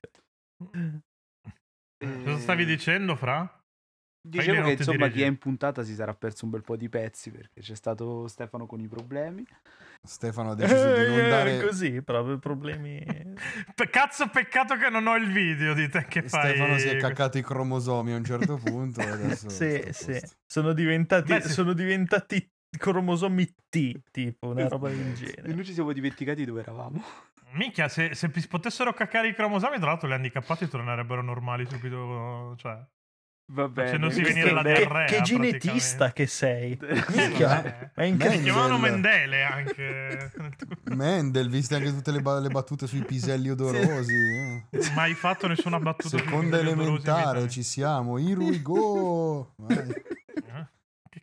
S1: Cosa stavi dicendo, Fra?
S2: Dicevo
S1: Fai le
S2: che
S1: note di
S2: insomma chi
S1: regia.
S2: è in puntata si sarà perso un bel po' di pezzi perché c'è stato Stefano con i problemi.
S4: Stefano ha deciso di non dare.
S3: Così, proprio problemi.
S1: Cazzo, peccato che non ho il video di te che fai.
S4: Stefano si è caccato i cromosomi a un certo punto. E adesso
S3: Sì,
S4: sta a
S3: sì.
S4: posto.
S3: Sono diventati,
S1: Beh, sì.
S3: sono diventati cromosomi T, tipo una roba del
S2: E
S3: genere.
S2: noi ci siamo dimenticati dove eravamo.
S1: Minchia, se potessero caccare i cromosomi, tra l'altro, gli handicappati tornerebbero normali subito. Cioè,
S2: Va bene.
S1: facendosi
S2: questo
S1: venire la
S2: è bello.
S1: diarrea.
S3: Che genetista che sei. Minchia, è
S1: Mi
S3: incredibile.
S1: chiamavano Mendele anche.
S4: Mendel, viste anche tutte le battute sui piselli odorosi.
S1: Mai fatto nessuna battuta. sui
S4: Seconda
S1: piselli odorosi in
S4: elementare,
S1: vita
S4: ci siamo. Here we go. Vai.
S1: mia. Che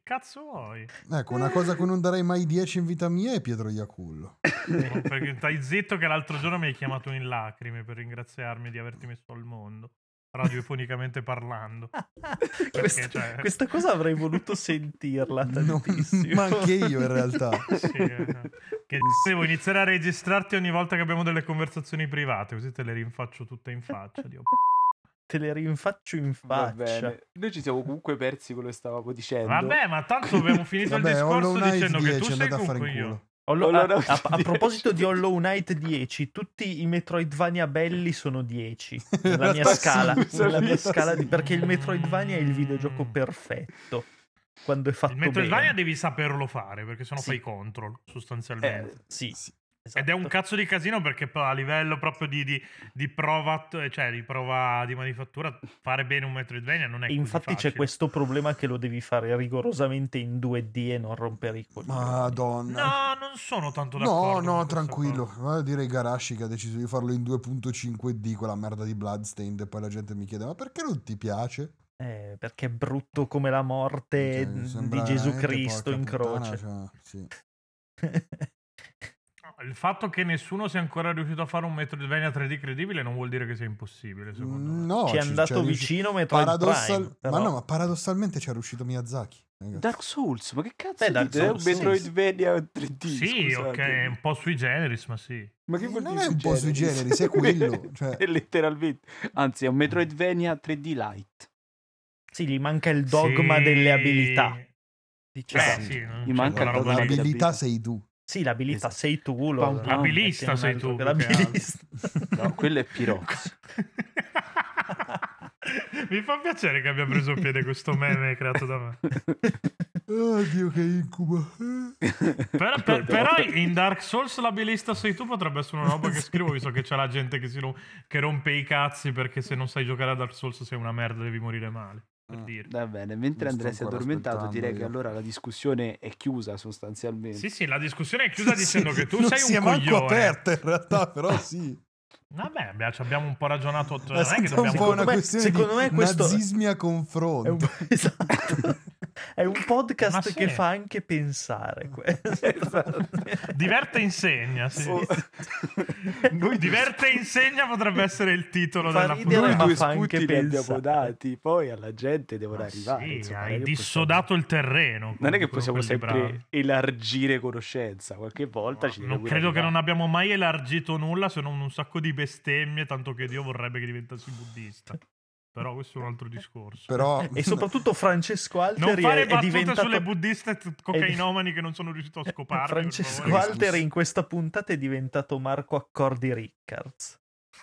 S1: cazzo vuoi?
S4: Ecco, una cosa a cui non darei mai 10 in vita mia è Pietro Iacullo.
S1: No, perché stai zitto che l'altro giorno mi hai chiamato in lacrime per ringraziarmi di averti messo al mondo, radiofonicamente parlando.
S3: Questa cosa avrei voluto sentirla tantissimo.
S4: Ma anche io in realtà.
S1: Sì, che devo iniziare a registrarti ogni volta che abbiamo delle conversazioni private, così te le rinfaccio tutte in faccia. Dio.
S3: Te le rinfaccio in
S2: Va
S3: faccia.
S2: bene. Noi ci siamo comunque persi quello che stavamo dicendo.
S1: Vabbè, ma tanto abbiamo finito il
S4: Vabbè,
S1: discorso
S4: Hollow Knight
S1: dicendo che
S4: 10,
S1: tu sei
S4: andate a fare
S1: comunque
S4: in
S1: io.
S4: culo.
S3: A proposito di Hollow Knight 10, tutti i Metroidvania belli sono 10 nella mia scala, perché il Metroidvania è il videogioco perfetto quando è fatto
S1: Il Metroidvania
S3: bene.
S1: devi saperlo fare, perché sennò
S3: Sì.
S1: fai control, sostanzialmente.
S3: Sì.
S1: Ed è un cazzo di casino perché poi a livello proprio di prova, cioè di prova di manifattura, fare bene un Metroidvania non è così
S3: Infatti
S1: facile.
S3: c'è questo problema che lo devi fare rigorosamente in 2D e non rompere i coglioni.
S4: Madonna.
S1: No, non sono tanto d'accordo.
S4: No,
S1: con questa
S4: tranquillo.
S1: cosa.
S4: Vado a dire Igarashi che ha deciso di farlo in 2.5D, quella merda di Bloodstained, e poi la gente mi chiede: ma perché non ti piace?
S3: Perché è brutto come la morte
S4: Cioè,
S3: di
S4: sembra
S3: Gesù
S4: veramente
S3: Cristo in
S4: porca puttana,
S3: croce.
S4: cioè, sì.
S1: Il fatto che nessuno sia ancora riuscito a fare un Metroidvania 3D credibile non vuol dire che sia impossibile, secondo me.
S4: No,
S3: Ci è andato vicino Metroid Prime, però.
S4: Ma no, ma paradossalmente ci è riuscito Miyazaki.
S2: Dark Souls, ma che cazzo
S3: Dark
S2: dite? È un
S3: Souls,
S2: Metroidvania 3D.
S1: Sì,
S2: scusate.
S1: ok, è un po' sui generis, ma sì.
S2: Ma che vuol
S4: non
S2: dire
S4: è un po' sui generis, è quello. Cioè.
S2: È letteralmente. Anzi, è un Metroidvania 3D light.
S3: Sì, gli manca il dogma delle abilità. Diciamo.
S1: Sì, non
S2: Gli
S1: c'è
S2: manca
S1: quella
S2: il
S1: roba
S2: dogma
S1: lì.
S2: delle
S4: L'abilità
S2: abilità.
S4: sei tu.
S3: Sì, l'abilità
S2: Esatto.
S3: sei tu.
S1: L'abilista sei tu, più che
S3: L'abilista.
S2: No, quello è Pirox.
S1: Mi fa piacere che abbia preso piede questo meme creato da me.
S4: Oddio, che incubo.
S1: Però in Dark Souls l'abilista sei tu potrebbe essere una roba che scrivo, visto che c'è la gente che rompe i cazzi perché se non sai giocare a Dark Souls sei una merda, devi morire male. Per dire.
S2: Va bene, mentre
S4: Mi sto
S2: Andrea si è
S4: ancora
S2: addormentato,
S4: aspettando
S2: direi che
S4: io.
S2: allora la discussione è chiusa sostanzialmente.
S1: Sì, la discussione è chiusa dicendo che tu
S4: non
S1: sei
S4: si
S1: un
S4: è manco
S1: coglione.
S4: aperta in realtà, però sì.
S1: Vabbè, ci abbiamo un po' ragionato. Non
S4: È
S1: è che
S4: stata un po'
S1: dobbiamo...
S4: una questione
S3: secondo
S4: di
S3: me questo
S4: nazismi a
S3: è un,
S4: confronto.
S3: esatto. È un podcast
S1: Ma sì.
S3: che fa anche pensare.
S2: Esatto.
S1: Diverte e insegna, sì.
S2: Oh.
S1: Diverte e insegna potrebbe essere il titolo
S3: Fa
S1: della
S3: ridere,
S2: Noi
S3: ma
S1: puntata.
S2: due
S3: fa anche
S2: spunti li abbiamo
S3: pensare.
S2: dati, poi alla gente devono
S1: Ma
S2: arrivare.
S1: sì,
S2: insomma,
S1: hai
S2: non è che
S1: dissodato il terreno.
S2: Non è che
S1: come
S2: possiamo
S1: quelli bravi.
S2: sempre elargire conoscenza, qualche volta ci deve
S1: Non
S2: pure
S1: credo che
S2: arrivare.
S1: non abbiamo mai elargito nulla se non un sacco di bestemmie, tanto che Dio vorrebbe che diventassi buddista. Però questo è un altro discorso.
S4: Però
S3: E soprattutto Francesco
S1: Non
S3: Alteri
S1: fare
S3: è
S1: battute
S3: diventato
S1: sulle buddiste cocainomani che non sono riuscito a scoparmi. per
S3: Francesco
S1: favore.
S3: Alteri in questa puntata è diventato Marco Accordi Rickards.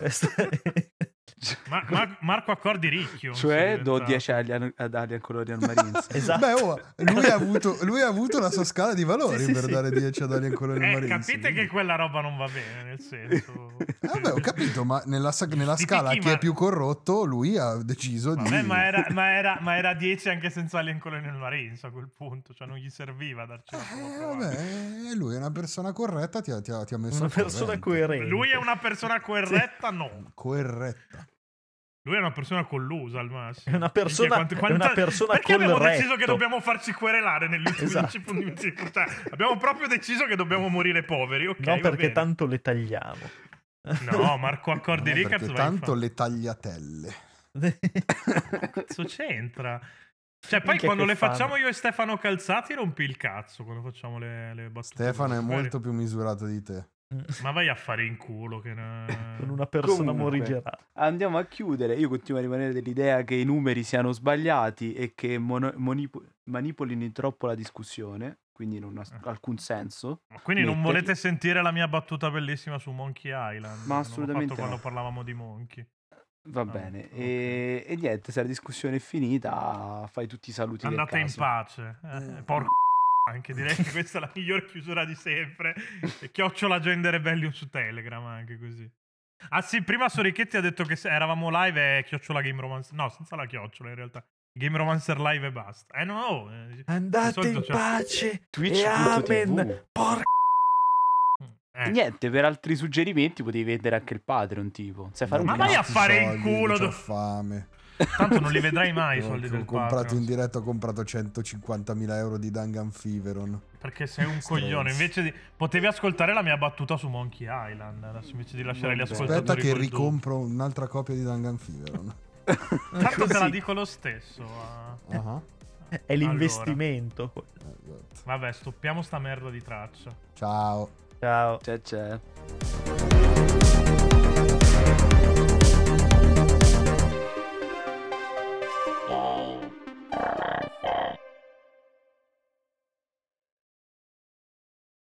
S1: Marco Accordi Ricchio.
S2: Cioè,
S1: sei
S2: do
S1: diventato.
S2: 10 ad Alien Colonial Marines.
S3: Esatto.
S4: beh, lui ha avuto la sua scala di valori
S3: Sì,
S4: per
S3: sì.
S4: dare 10 ad Alien Colonial Marines.
S1: Capite
S4: quindi.
S1: che quella roba non va bene, nel senso...
S4: Vabbè, ho capito, ma nella
S1: Sti
S4: scala
S1: picchi,
S4: chi
S1: ma-
S4: è più corrotto, lui ha deciso di...
S1: Vabbè, ma era 10 anche senza Alien Colonial Marines a quel punto, cioè non gli serviva darci la prova.
S4: vabbè, lui è una persona corretta, ti ha messo
S3: Una
S4: al
S3: persona
S4: corrente.
S3: coerente.
S1: Lui è una persona corretta? No.
S4: Corretta.
S1: Lui è una persona collusa al massimo.
S3: È una persona-
S1: Minchia,
S3: è una persona
S1: perché abbiamo
S3: col
S1: deciso
S3: retto.
S1: che dobbiamo farci querelare negli ultimi
S3: Esatto.
S1: 10 minuti? Cioè, abbiamo proprio deciso che dobbiamo morire poveri, ok?
S3: No,
S1: va
S3: perché
S1: bene.
S3: tanto le tagliamo.
S1: No, Marco Accordi
S4: No,
S1: Rickards
S4: perché
S1: vai
S4: tanto
S1: fa-
S4: le tagliatelle.
S1: Cazzo c'entra? Cioè, poi
S3: Minchia
S1: quando
S3: che
S1: le
S3: fanno.
S1: facciamo io e Stefano Calzati rompi il cazzo quando facciamo le battute.
S4: Stefano è
S1: Magari-
S4: molto più misurato di te.
S1: Ma vai a fare in culo che
S3: Con una persona
S2: Comunque,
S3: morigerata.
S2: Andiamo a chiudere. Io continuo a rimanere dell'idea che i numeri siano sbagliati e che manipolino troppo la discussione, quindi non ha alcun senso.
S1: Ma quindi non
S2: metterli.
S1: volete sentire la mia battuta bellissima su Monkey Island?
S2: Ma
S1: che
S2: assolutamente
S1: non ho fatto
S2: no.
S1: quando parlavamo di Monkey.
S2: Va bene. E niente, se la discussione è finita, fai tutti i saluti
S1: Andate
S2: del
S1: in
S2: caso.
S1: pace. Porco anche direi che questa è la miglior chiusura di sempre. E chiocciola Gender Rebellion su Telegram anche così. Ah sì, prima Sorichetti ha detto che eravamo live e chiocciola Game Romancer. No, senza la chiocciola in realtà. Game Romancer live e basta. No. Di
S3: Andate
S1: solito
S3: in
S1: c'è-
S3: pace
S2: Twitch.tv.
S3: e amen. Porca.
S2: E niente, per altri suggerimenti potevi vendere anche il Patreon, tipo. Sai fare
S1: Ma
S2: un
S1: vai a
S2: cazzo.
S1: fare in culo,
S4: C'ho
S1: do-
S4: fame.
S1: Tanto non li vedrai mai i
S4: Ho
S1: soldi del
S4: comprato
S1: Patreon.
S4: in diretta, ho comprato 150.000 euro di Dangan Feveron.
S1: Perché sei un coglione. Invece di... potevi ascoltare la mia battuta su Monkey Island. Adesso invece di lasciare gli
S2: Vabbè.
S1: ascoltatori
S4: Aspetta che
S1: col dubbio.
S4: ricompro un'altra copia di Dangan Feveron.
S1: Tanto te la
S3: Così.
S1: dico lo stesso.
S4: Ah,
S3: È l'investimento.
S4: esatto.
S1: Vabbè, stoppiamo sta merda di traccia.
S4: Ciao.
S3: Ciao.
S2: C'è.